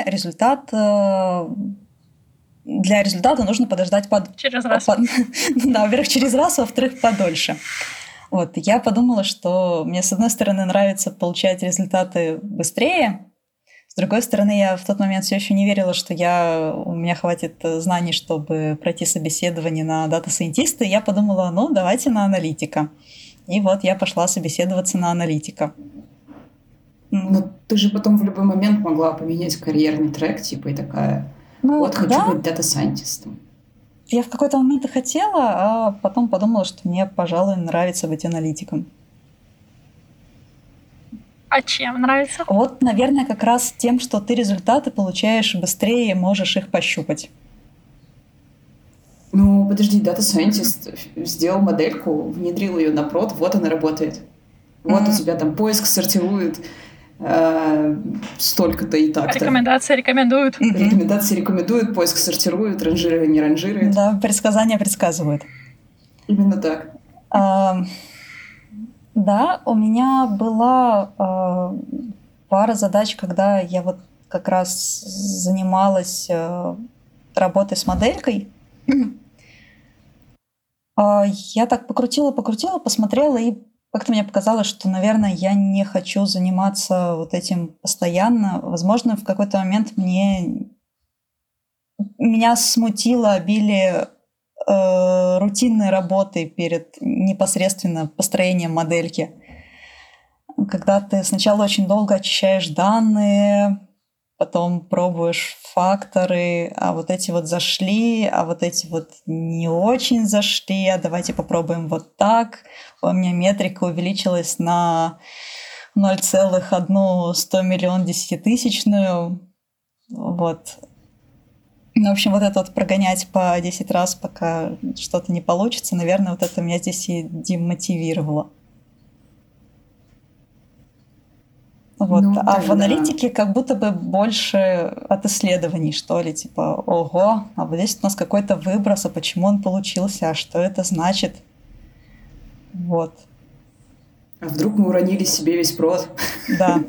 для результата нужно подождать через раз. Во-первых, через раз, во-вторых, подольше. Я подумала, что мне, с одной стороны, нравится получать результаты быстрее, с другой стороны, я в тот момент все еще не верила, что у меня хватит знаний, чтобы пройти собеседование на дата-сайентиста, и я подумала, давайте на аналитика. И я пошла собеседоваться на аналитика. Но ты же потом в любой момент могла поменять карьерный трек, и такая, хочу быть дата-сайентистом. Я в какой-то момент и хотела, а потом подумала, что мне, пожалуй, нравится быть аналитиком. А чем нравится? Наверное, как раз тем, что ты результаты получаешь быстрее, можешь их пощупать. Подожди, дата-сайентист сделал модельку, внедрил ее на прод, она работает. У тебя там поиск сортирует столько-то и так-то. Рекомендации рекомендуют. Рекомендации рекомендуют, поиск сортирует, ранжирование ранжирует. Да, предсказания предсказывают. Именно так. А, Да, у меня была пара задач, когда я вот как раз занималась работой с моделькой. Я так покрутила, посмотрела, и как-то мне показалось, что, наверное, я не хочу заниматься вот этим постоянно. Возможно, в какой-то момент меня смутило обилие рутинной работы перед непосредственно построением модельки. Когда ты сначала очень долго очищаешь данные, потом пробуешь факторы, а вот эти вот зашли, а вот эти вот не очень зашли, а давайте попробуем вот так. У меня метрика увеличилась на 0,1 миллион десятитысячную. Вот. Ну, в общем, вот это вот прогонять по 10 раз, пока что-то не получится, наверное, вот это меня здесь и демотивировало. Вот. Ну, А в тогда аналитике как будто бы больше от исследований, что ли, типа, ого, а вот здесь у нас какой-то выброс, а почему он получился, а что это значит? Вот. А вдруг мы уронили себе весь прод? Да.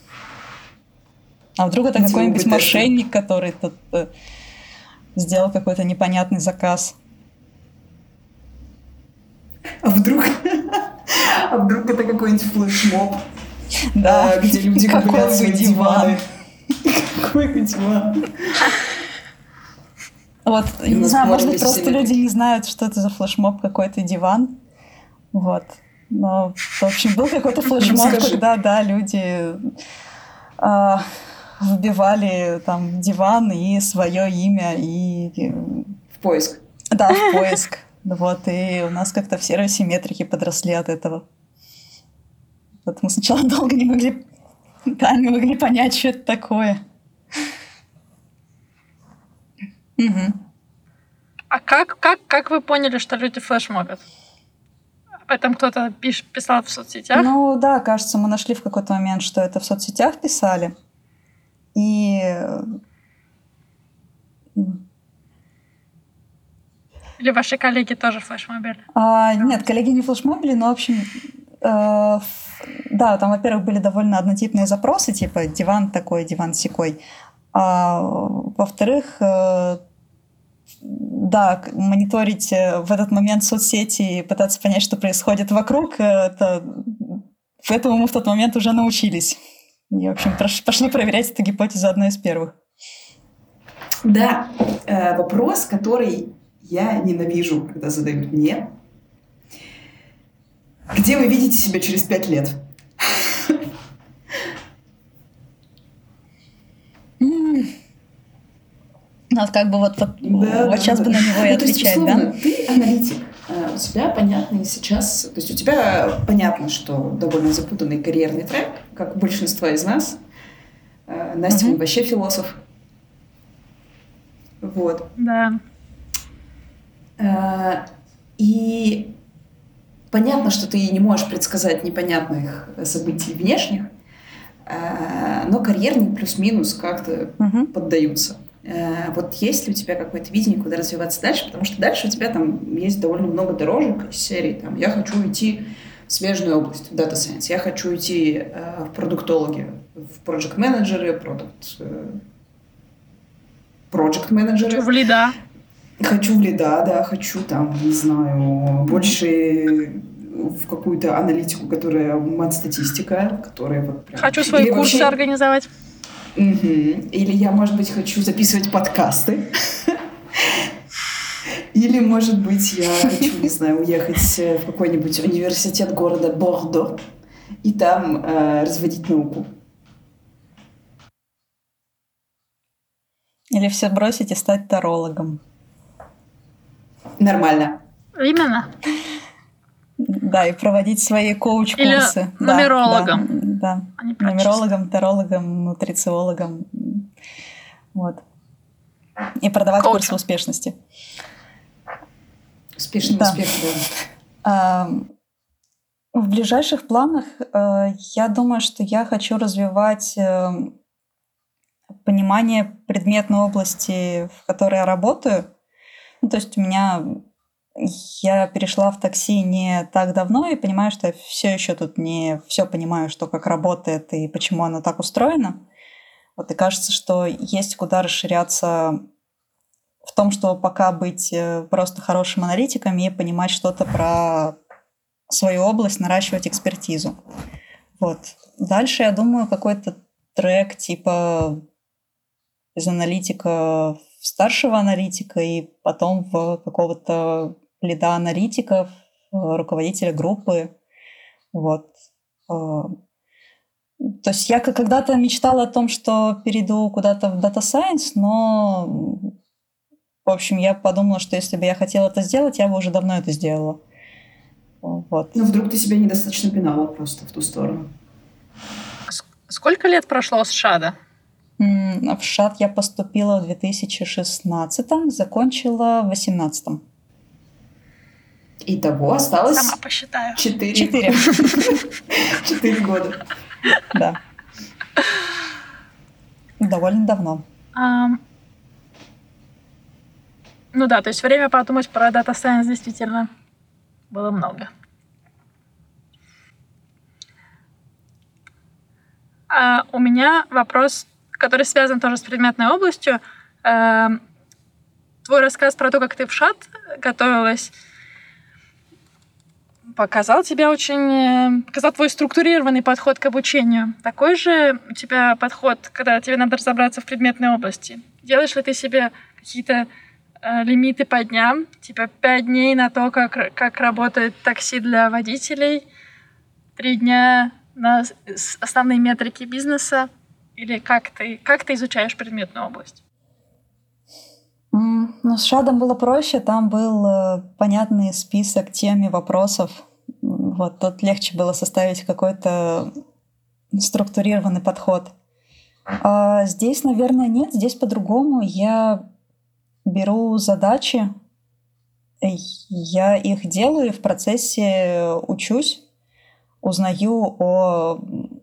А вдруг это Эти какой-нибудь УБ-тесты. мошенник, который тут сделал какой-то непонятный заказ. А вдруг это какой-нибудь флешмоб, Да. где люди Какой гуляют бы свои диван. диваны. Какой бы диван. Вот, И у не нас знаю, может порвались быть, просто все люди метрики. не знают, что это за флешмоб, какой-то диван. Вот. Но, в общем, был какой-то флешмоб, Расскажи. когда, да, люди вбивали там диван и свое имя, и В поиск. да, в поиск. Вот, и у нас как-то в сервисе метрики подросли от этого. Вот мы сначала долго не могли понять, что это такое. Мгм. А как вы поняли, что люди флешмобят? Об этом кто-то писал в соцсетях? Ну да, кажется, мы нашли в какой-то момент, что это в соцсетях писали. И Или ваши коллеги тоже флешмобили? нет, коллеги не флешмобили, но, в общем, да, там, во-первых, были довольно однотипные запросы, типа диван такой, диван сякой. А во-вторых, да, мониторить в этот момент соцсети и пытаться понять, что происходит вокруг, этому мы в тот момент уже научились. И, в общем, пошли проверять эту гипотезу одной из первых. Да, вопрос, который я ненавижу, когда задают мне. Где вы видите себя через 5 лет? Вот как бы вот сейчас бы на него и Ну, то есть, отвечать, условно, да? ты аналитик. У тебя понятный сейчас... То есть у тебя понятно, что довольно запутанный карьерный трек, как у большинства из нас. Настя, он вообще философ. Вот. Да. И понятно, что ты не можешь предсказать непонятных событий внешних, но карьерные плюс-минус как-то поддаются. Вот есть ли у тебя какое-то видение, куда развиваться дальше? Потому что дальше у тебя там есть довольно много дорожек из серии. Там, я хочу идти в смежную область, в Data Science. Я хочу идти в продуктологи, в проект-менеджеры, проект-менеджеры. В лида. Хочу в лида, да, хочу там, не знаю, больше в какую-то аналитику, которая мат-статистика, которая вот прям... Хочу свои Или курсы вообще... организовать. Или я, может быть, хочу записывать подкасты. Или, может быть, я хочу, не знаю, уехать в какой-нибудь университет города Бордо и там разводить науку. Или все бросить и стать тарологом. Нормально. Именно. Да, и проводить свои коуч-курсы. Или нумерологом. Да. Нумерологом, тарологом, нутрициологом. Вот. И продавать курсы успешности. Успешный успех, да. В ближайших планах я думаю, что я хочу развивать понимание предметной области, в которой я работаю. Ну, то есть у меня я перешла в такси не так давно и понимаю, что я все еще тут не все понимаю, что как работает и почему оно так устроено. Вот и кажется, что есть куда расширяться в том, что пока быть просто хорошим аналитиком и понимать что-то про свою область, наращивать экспертизу. Вот. Дальше, я думаю, какой-то трек типа из аналитика в старшего аналитика и потом в какого-то лида аналитиков, руководителя группы. Вот. То есть я когда-то мечтала о том, что перейду куда-то в Data Science, но, в общем, я подумала, что если бы я хотела это сделать, я бы уже давно это сделала. Вот. Ну, вдруг ты себя недостаточно пинала просто в ту сторону. Сколько лет прошло с ШАДа? В ШАД я поступила в 2016, закончила в 2018. Итого осталось... Сама посчитаю. 4 года. Да. Довольно давно. Ну да, то есть время подумать про Data Science действительно было много. У меня вопрос, который связан тоже с предметной областью. Твой рассказ про то, как ты в ШАД готовилась, показал твой структурированный подход к обучению. Такой же у тебя подход, когда тебе надо разобраться в предметной области? Делаешь ли ты себе какие-то лимиты по дням, типа 5 дней на то, как работает такси для водителей, 3 дня на основные метрики бизнеса, или как ты изучаешь предметную область? Ну, с ШАДом было проще, там был понятный список тем и вопросов. Вот тут легче было составить какой-то структурированный подход. А здесь, наверное, нет, здесь по-другому. Я беру задачи, я их делаю и в процессе учусь, узнаю о...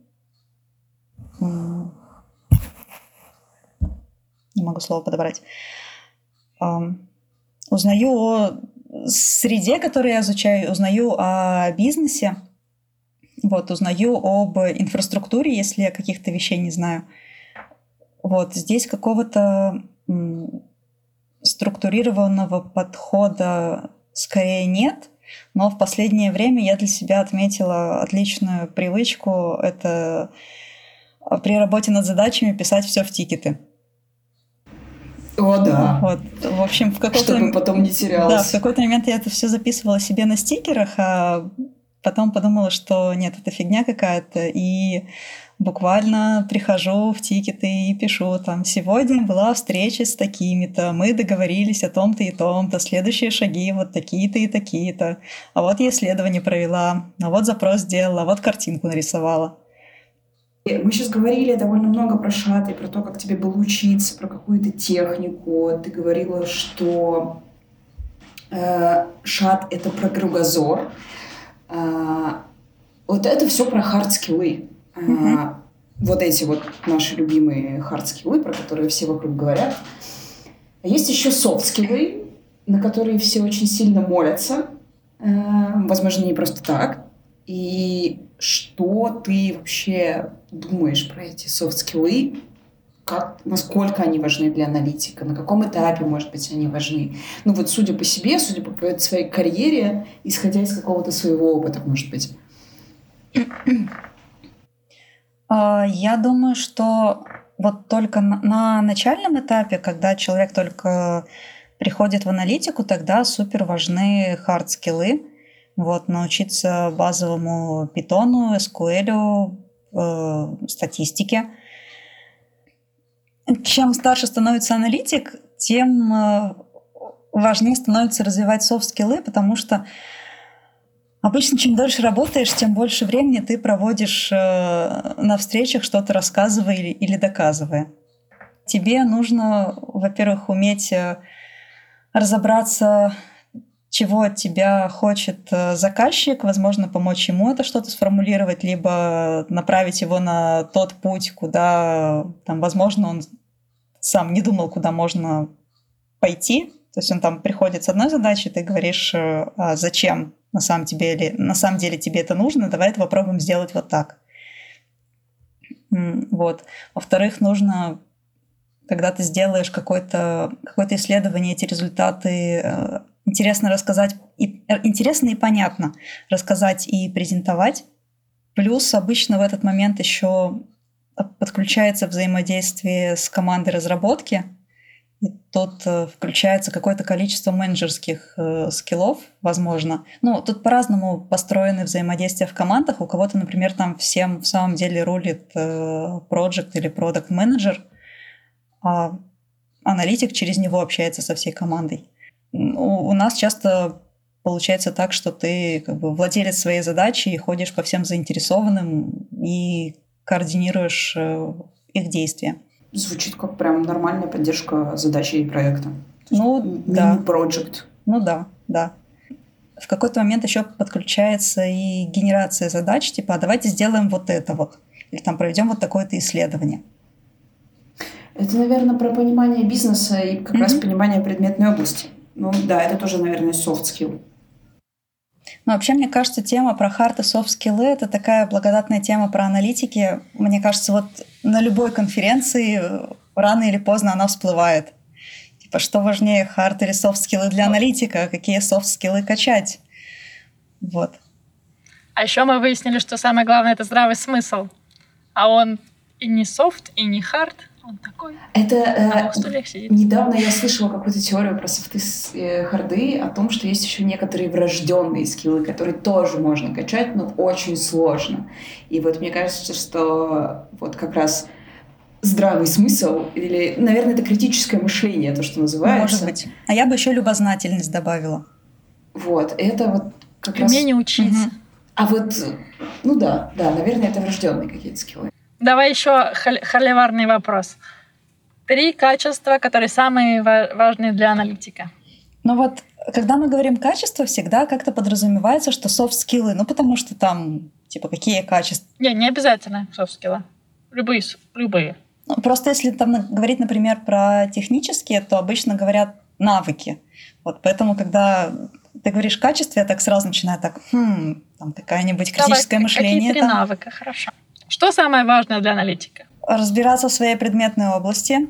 Не могу слово подобрать. Узнаю о среде, которую я изучаю, узнаю о бизнесе, вот, узнаю об инфраструктуре, если я каких-то вещей не знаю. Вот, здесь какого-то структурированного подхода скорее нет, но в последнее время я для себя отметила отличную привычку — это при работе над задачами писать все в тикеты. О, да. Вот. В общем, чтобы потом не терялось. Да, в какой-то момент я это все записывала себе на стикерах, а потом подумала, что нет, это фигня какая-то, и буквально прихожу в тикеты и пишу там: сегодня была встреча с такими-то, мы договорились о том-то и том-то, следующие шаги вот такие-то и такие-то, а вот я исследование провела, а вот запрос сделала, а вот картинку нарисовала. Мы сейчас говорили довольно много про ШАД и про то, как тебе было учиться, про какую-то технику. Ты говорила, что ШАД — это про кругозор. Вот это все про хард-скиллы. Вот эти вот наши любимые хард-скиллы, про которые все вокруг говорят. А есть еще софт-скиллы, на которые все очень сильно молятся. Возможно, не просто так. И что ты вообще думаешь про эти софт-скиллы? Насколько они важны для аналитика? На каком этапе, может быть, они важны? Ну вот судя по себе, судя по своей карьере, исходя из какого-то своего опыта, может быть. Я думаю, что вот только на начальном этапе, когда человек только приходит в аналитику, тогда супер важны хард-скиллы. Вот, научиться базовому питону, SQL, статистике. Чем старше становится аналитик, тем важнее становится развивать софт-скиллы, потому что обычно, чем дольше работаешь, тем больше времени ты проводишь на встречах, что-то рассказывая или доказывая. Тебе нужно, во-первых, уметь разобраться, чего от тебя хочет заказчик, возможно, помочь ему это что-то сформулировать, либо направить его на тот путь, куда, там, возможно, он сам не думал, куда можно пойти. То есть он там приходит с одной задачей, ты говоришь, зачем на самом деле тебе это нужно, давай это попробуем сделать вот так. Вот. Во-вторых, нужно, когда ты сделаешь какое-то исследование, эти результаты интересно рассказать, интересно и понятно рассказать и презентовать. Плюс обычно в этот момент еще подключается взаимодействие с командой разработки, и тут включается какое-то количество менеджерских скиллов, возможно. Ну, тут по-разному построены взаимодействия в командах. У кого-то, например, там всем в самом деле рулит project или product менеджер, а аналитик через него общается со всей командой. У нас часто получается так, что ты как бы владелец своей задачи и ходишь по всем заинтересованным и координируешь их действия. Звучит как прям нормальная поддержка задачи и проекта. Ну, да. Мини-проект. Ну да. В какой-то момент еще подключается и генерация задач, типа, а давайте сделаем вот это вот. Или там проведем вот такое-то исследование. Это, наверное, про понимание бизнеса и как раз понимание предметной области. Ну да, это тоже, наверное, soft skill. Ну, вообще, мне кажется, тема про hard и soft skills — это такая благодатная тема про аналитики. Мне кажется, вот на любой конференции рано или поздно она всплывает. Типа, что важнее, hard или soft skills для аналитика, какие soft skills качать. Вот. А еще мы выяснили, что самое главное — это здравый смысл. А он и не soft, и не hard. Он такой. Это недавно я слышала какую-то теорию про софты харды о том, что есть еще некоторые врожденные скиллы, которые тоже можно качать, но очень сложно. И вот мне кажется, что вот как раз здравый смысл, или, наверное, это критическое мышление, то, что называется. Может быть. А я бы еще любознательность добавила. Вот, это вот как умение учиться. А вот, ну да, наверное, это врожденные какие-то скиллы. Давай еще холиварный вопрос. 3 качества, которые самые важные для аналитика. Ну вот, когда мы говорим качество, всегда как-то подразумевается, что софт-скиллы, ну потому что там, типа, какие качества? Не обязательно софт-скиллы. Любые. Ну, просто если там говорить, например, про технические, то обычно говорят навыки. Вот поэтому, когда ты говоришь качество, я так сразу начинаю так, там какое-нибудь критическое мышление. Какие 3 навыка, хорошо. Что самое важное для аналитика? Разбираться в своей предметной области.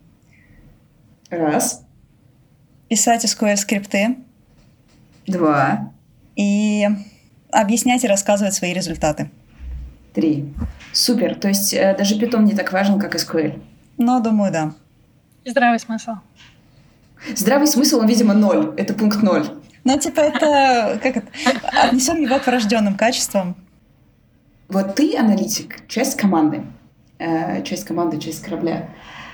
Раз. Писать SQL-скрипты. 2. И объяснять и рассказывать свои результаты. 3. Супер. То есть даже Python не так важен, как SQL. Ну, думаю, да. И здравый смысл. Здравый смысл, он, видимо, 0. Это пункт 0. Ну, типа, это отнесем его к врожденным качествам. Вот ты аналитик, часть команды, часть корабля.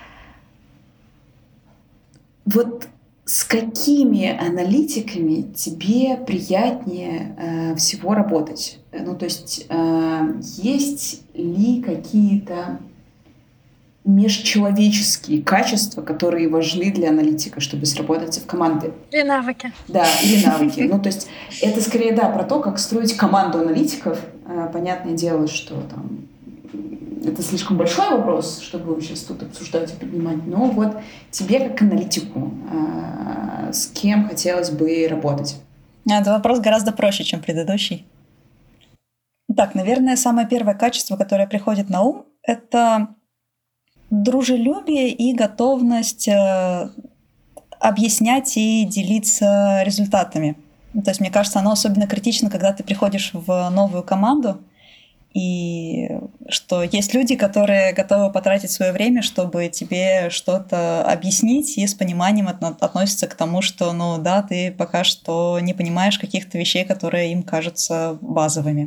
Вот с какими аналитиками тебе приятнее всего работать? Ну, то есть есть ли какие-то межчеловеческие качества, которые важны для аналитика, чтобы сработать в команде? Или навыки. Да, или навыки. Ну, то есть это скорее, да, про то, как строить команду аналитиков. Понятное дело, что там это слишком большой вопрос, чтобы сейчас тут обсуждать и поднимать. Но вот тебе, как аналитику, с кем хотелось бы работать? Это вопрос гораздо проще, чем предыдущий. Так, наверное, самое первое качество, которое приходит на ум, это дружелюбие и готовность объяснять и делиться результатами. То есть, мне кажется, оно особенно критично, когда ты приходишь в новую команду, и что есть люди, которые готовы потратить свое время, чтобы тебе что-то объяснить, и с пониманием относятся к тому, что, ну да, ты пока что не понимаешь каких-то вещей, которые им кажутся базовыми.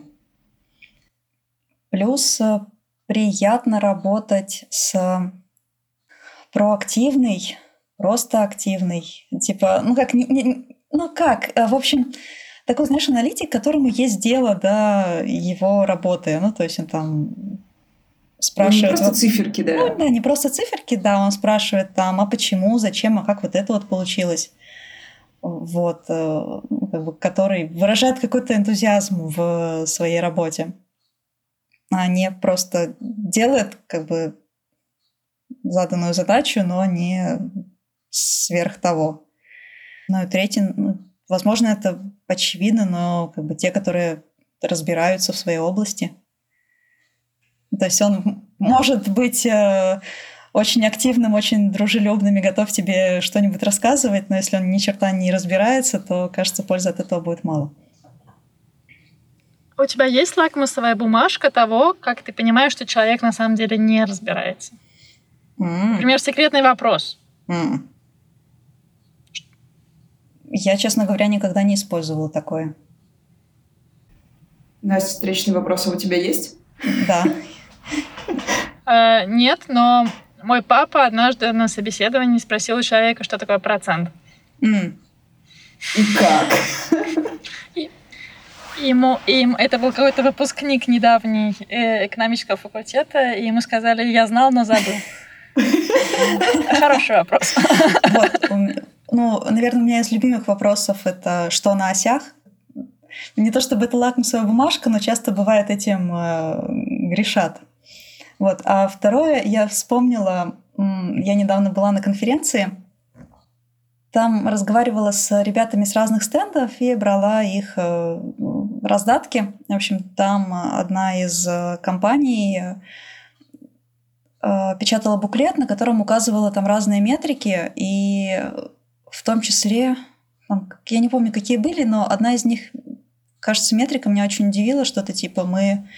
Плюс приятно работать с проактивной, просто активной. Типа, в общем, такой, знаешь, аналитик, которому есть дело до его работы. Ну, то есть он там спрашивает... Не просто циферки, да. Ну, да, не просто циферки, да. Он спрашивает там, а почему, зачем, а как вот это вот получилось. Вот. Который выражает какой-то энтузиазм в своей работе. А не просто делает как бы заданную задачу, но не сверх того. Ну и третий, возможно, это очевидно, но как бы те, которые разбираются в своей области. То есть он может быть очень активным, очень дружелюбным и готов тебе что-нибудь рассказывать, но если он ни черта не разбирается, то, кажется, пользы от этого будет мало. У тебя есть лакмусовая бумажка того, как ты понимаешь, что человек на самом деле не разбирается? Например, секретный вопрос. Я, честно говоря, никогда не использовала такое. Настя, встречные вопросы у тебя есть? Да. Нет, но мой папа однажды на собеседовании спросил у человека, что такое процент. И как? Это был какой-то выпускник недавний экономического факультета, и ему сказали, я знал, но забыл. Хороший вопрос. Наверное, у меня из любимых вопросов это «что на осях?». Не то чтобы это лакмусовая бумажка, но часто бывает этим грешат. А второе, я вспомнила, я недавно была на конференции, там разговаривала с ребятами с разных стендов и брала их раздатки. В общем, там одна из компаний печатала буклет, на котором указывала там разные метрики, и в том числе, я не помню, какие были, но одна из них, кажется, метрика меня очень удивила, что-то типа мы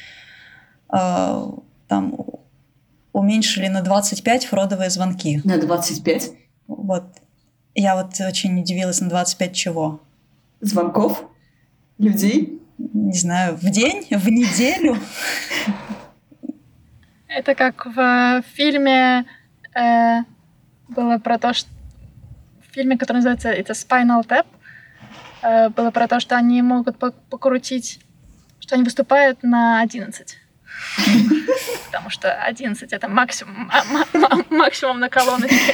там уменьшили на 25 фродовые звонки. На 25? Я очень удивилась, на 25 чего? Звонков? Людей? Не знаю, в день? В неделю? Это как в фильме было про то, что в фильме, который называется это Spinal Tap, было про то, что они могут покрутить, что они выступают на 11. Потому что 11 это максимум на колоночке.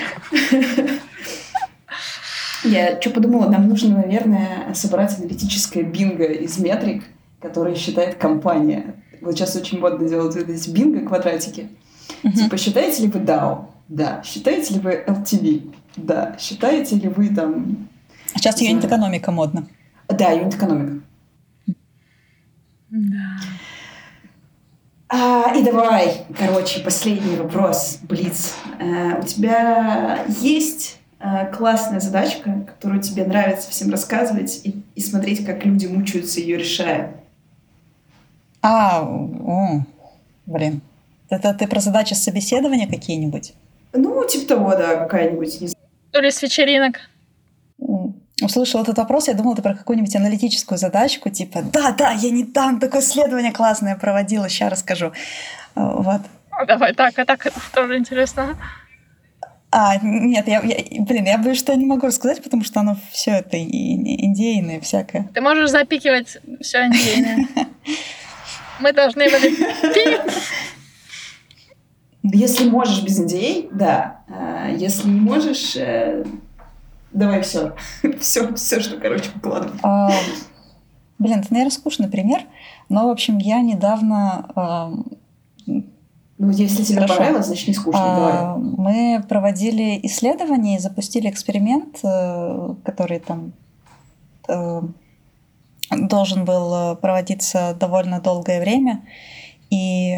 Я что подумала, нам нужно, наверное, собрать аналитическое бинго из метрик, которые считает компания. Вот сейчас очень модно делать эти бинго-квадратики. Типа, считаете ли вы DAO? Да. Считаете ли вы LTV? Да. Считаете ли вы там... Сейчас юнит-экономика модно. Да, юнит-экономика. Да. И давай, последний вопрос, блиц. У тебя есть классная задачка, которую тебе нравится всем рассказывать и смотреть, как люди мучаются ее решая? Блин. Это ты про задачи с собеседования какие-нибудь? Типа того, да, какая-нибудь. Или с вечеринок. Услышала этот вопрос, я думала, ты про какую-нибудь аналитическую задачку, типа, да, я недавно такое исследование классное проводила, сейчас расскажу. Давай так, это тоже интересно. Нет, я боюсь, что я не могу рассказать, потому что оно все это индейное всякое. Ты можешь запикивать все индейное. Мы должны были... Если можешь без NDA, да. Если не можешь, давай все, что, выкладывай. Это, наверное, скучный пример, но, в общем, я недавно... если тебе понравилось, значит, не скучно. Давай. Мы проводили исследование и запустили эксперимент, который там должен был проводиться довольно долгое время. И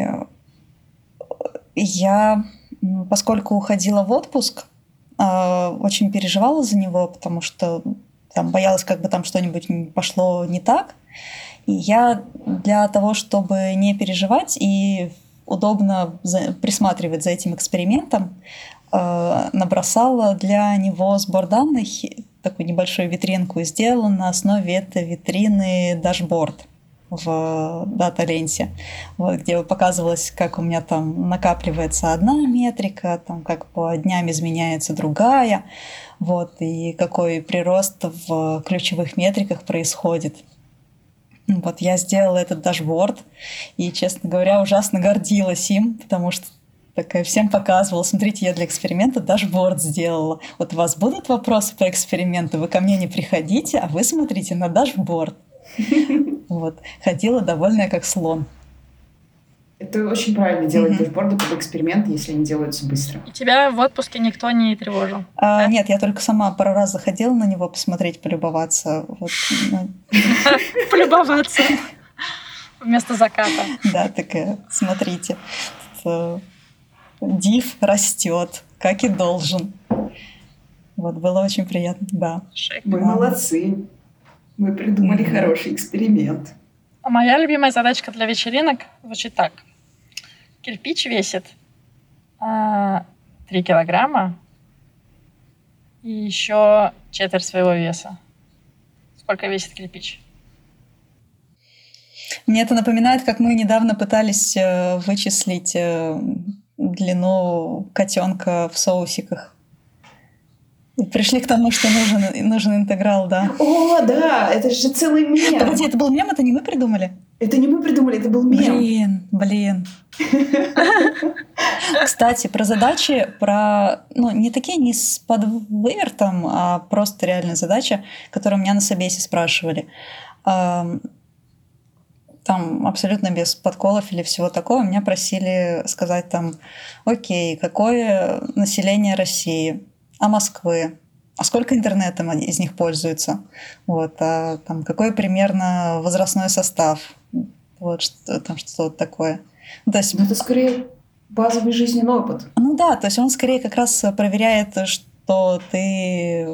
я, поскольку уходила в отпуск, очень переживала за него, потому что там боялась, как бы там что-нибудь пошло не так. И я для того, чтобы не переживать и удобно присматривать за этим экспериментом, набросала для него сбор данных, такую небольшую витринку, и сделала на основе этой витрины дашборд в DataLens, где показывалось, как у меня там накапливается одна метрика, там, как по дням изменяется другая, и какой прирост в ключевых метриках происходит. Я сделала этот дашборд и, честно говоря, ужасно гордилась им, потому что такая всем показывала, смотрите, я для эксперимента дашборд сделала. У вас будут вопросы по эксперименту, вы ко мне не приходите, а вы смотрите на дашборд. Ходила довольная как слон. Это очень правильно делать дэшборды как эксперимент, если они делаются быстро. И тебя в отпуске никто не тревожил? Нет, я только сама пару раз заходила на него посмотреть, полюбоваться. Полюбоваться. Вместо заката. Да, такая, смотрите. Див растет, как и должен. Вот, было очень приятно, да. Мы молодцы. Мы придумали хороший эксперимент. А моя любимая задачка для вечеринок звучит так. Кирпич весит 3 килограмма и еще четверть своего веса. Сколько весит кирпич? Мне это напоминает, как мы недавно пытались вычислить длину котенка в соусиках. И пришли к тому, что нужен интеграл, да. О, да, это же целый мем. Погоди, это был мем, это не мы придумали? Это не мы придумали, это был мем. Блин. Кстати, про задачи, не такие, не с подвывертом, а просто реальные задачи, которые меня на собесе спрашивали. Там абсолютно без подколов или всего такого меня просили сказать там, окей, какое население России, а Москвы, а сколько интернетом из них пользуются, вот, а там какой примерно возрастной состав, вот что-то такое. То есть, это скорее базовый жизненный опыт. Ну да, то есть он скорее как раз проверяет, что ты...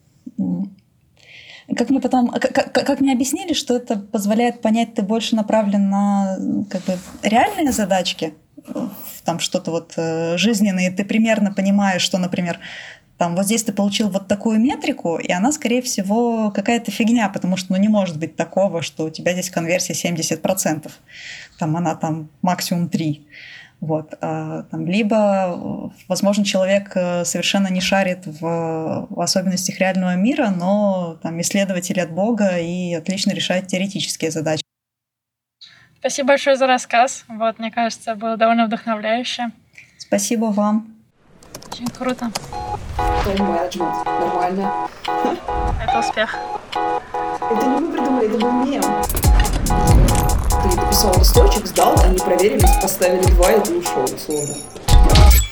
Как мне объяснили, что это позволяет понять, ты больше направлен на как бы реальные задачки, там что-то вот жизненное, ты примерно понимаешь, что, например, там вот здесь ты получил вот такую метрику, и она, скорее всего, какая-то фигня, потому что не может быть такого, что у тебя здесь конверсия 70%, там она там максимум 3%. Вот. Либо, возможно, человек совершенно не шарит в особенностях реального мира, но там исследователь от Бога и отлично решает теоретические задачи. Спасибо большое за рассказ. Вот, мне кажется, было довольно вдохновляюще. Спасибо вам. Очень круто. Тайм-менеджмент. Нормально. Это успех. Это не мы придумали, это был мем. Ты написал листочек, сдал, они проверили, поставили 2, и ты ушел, условно.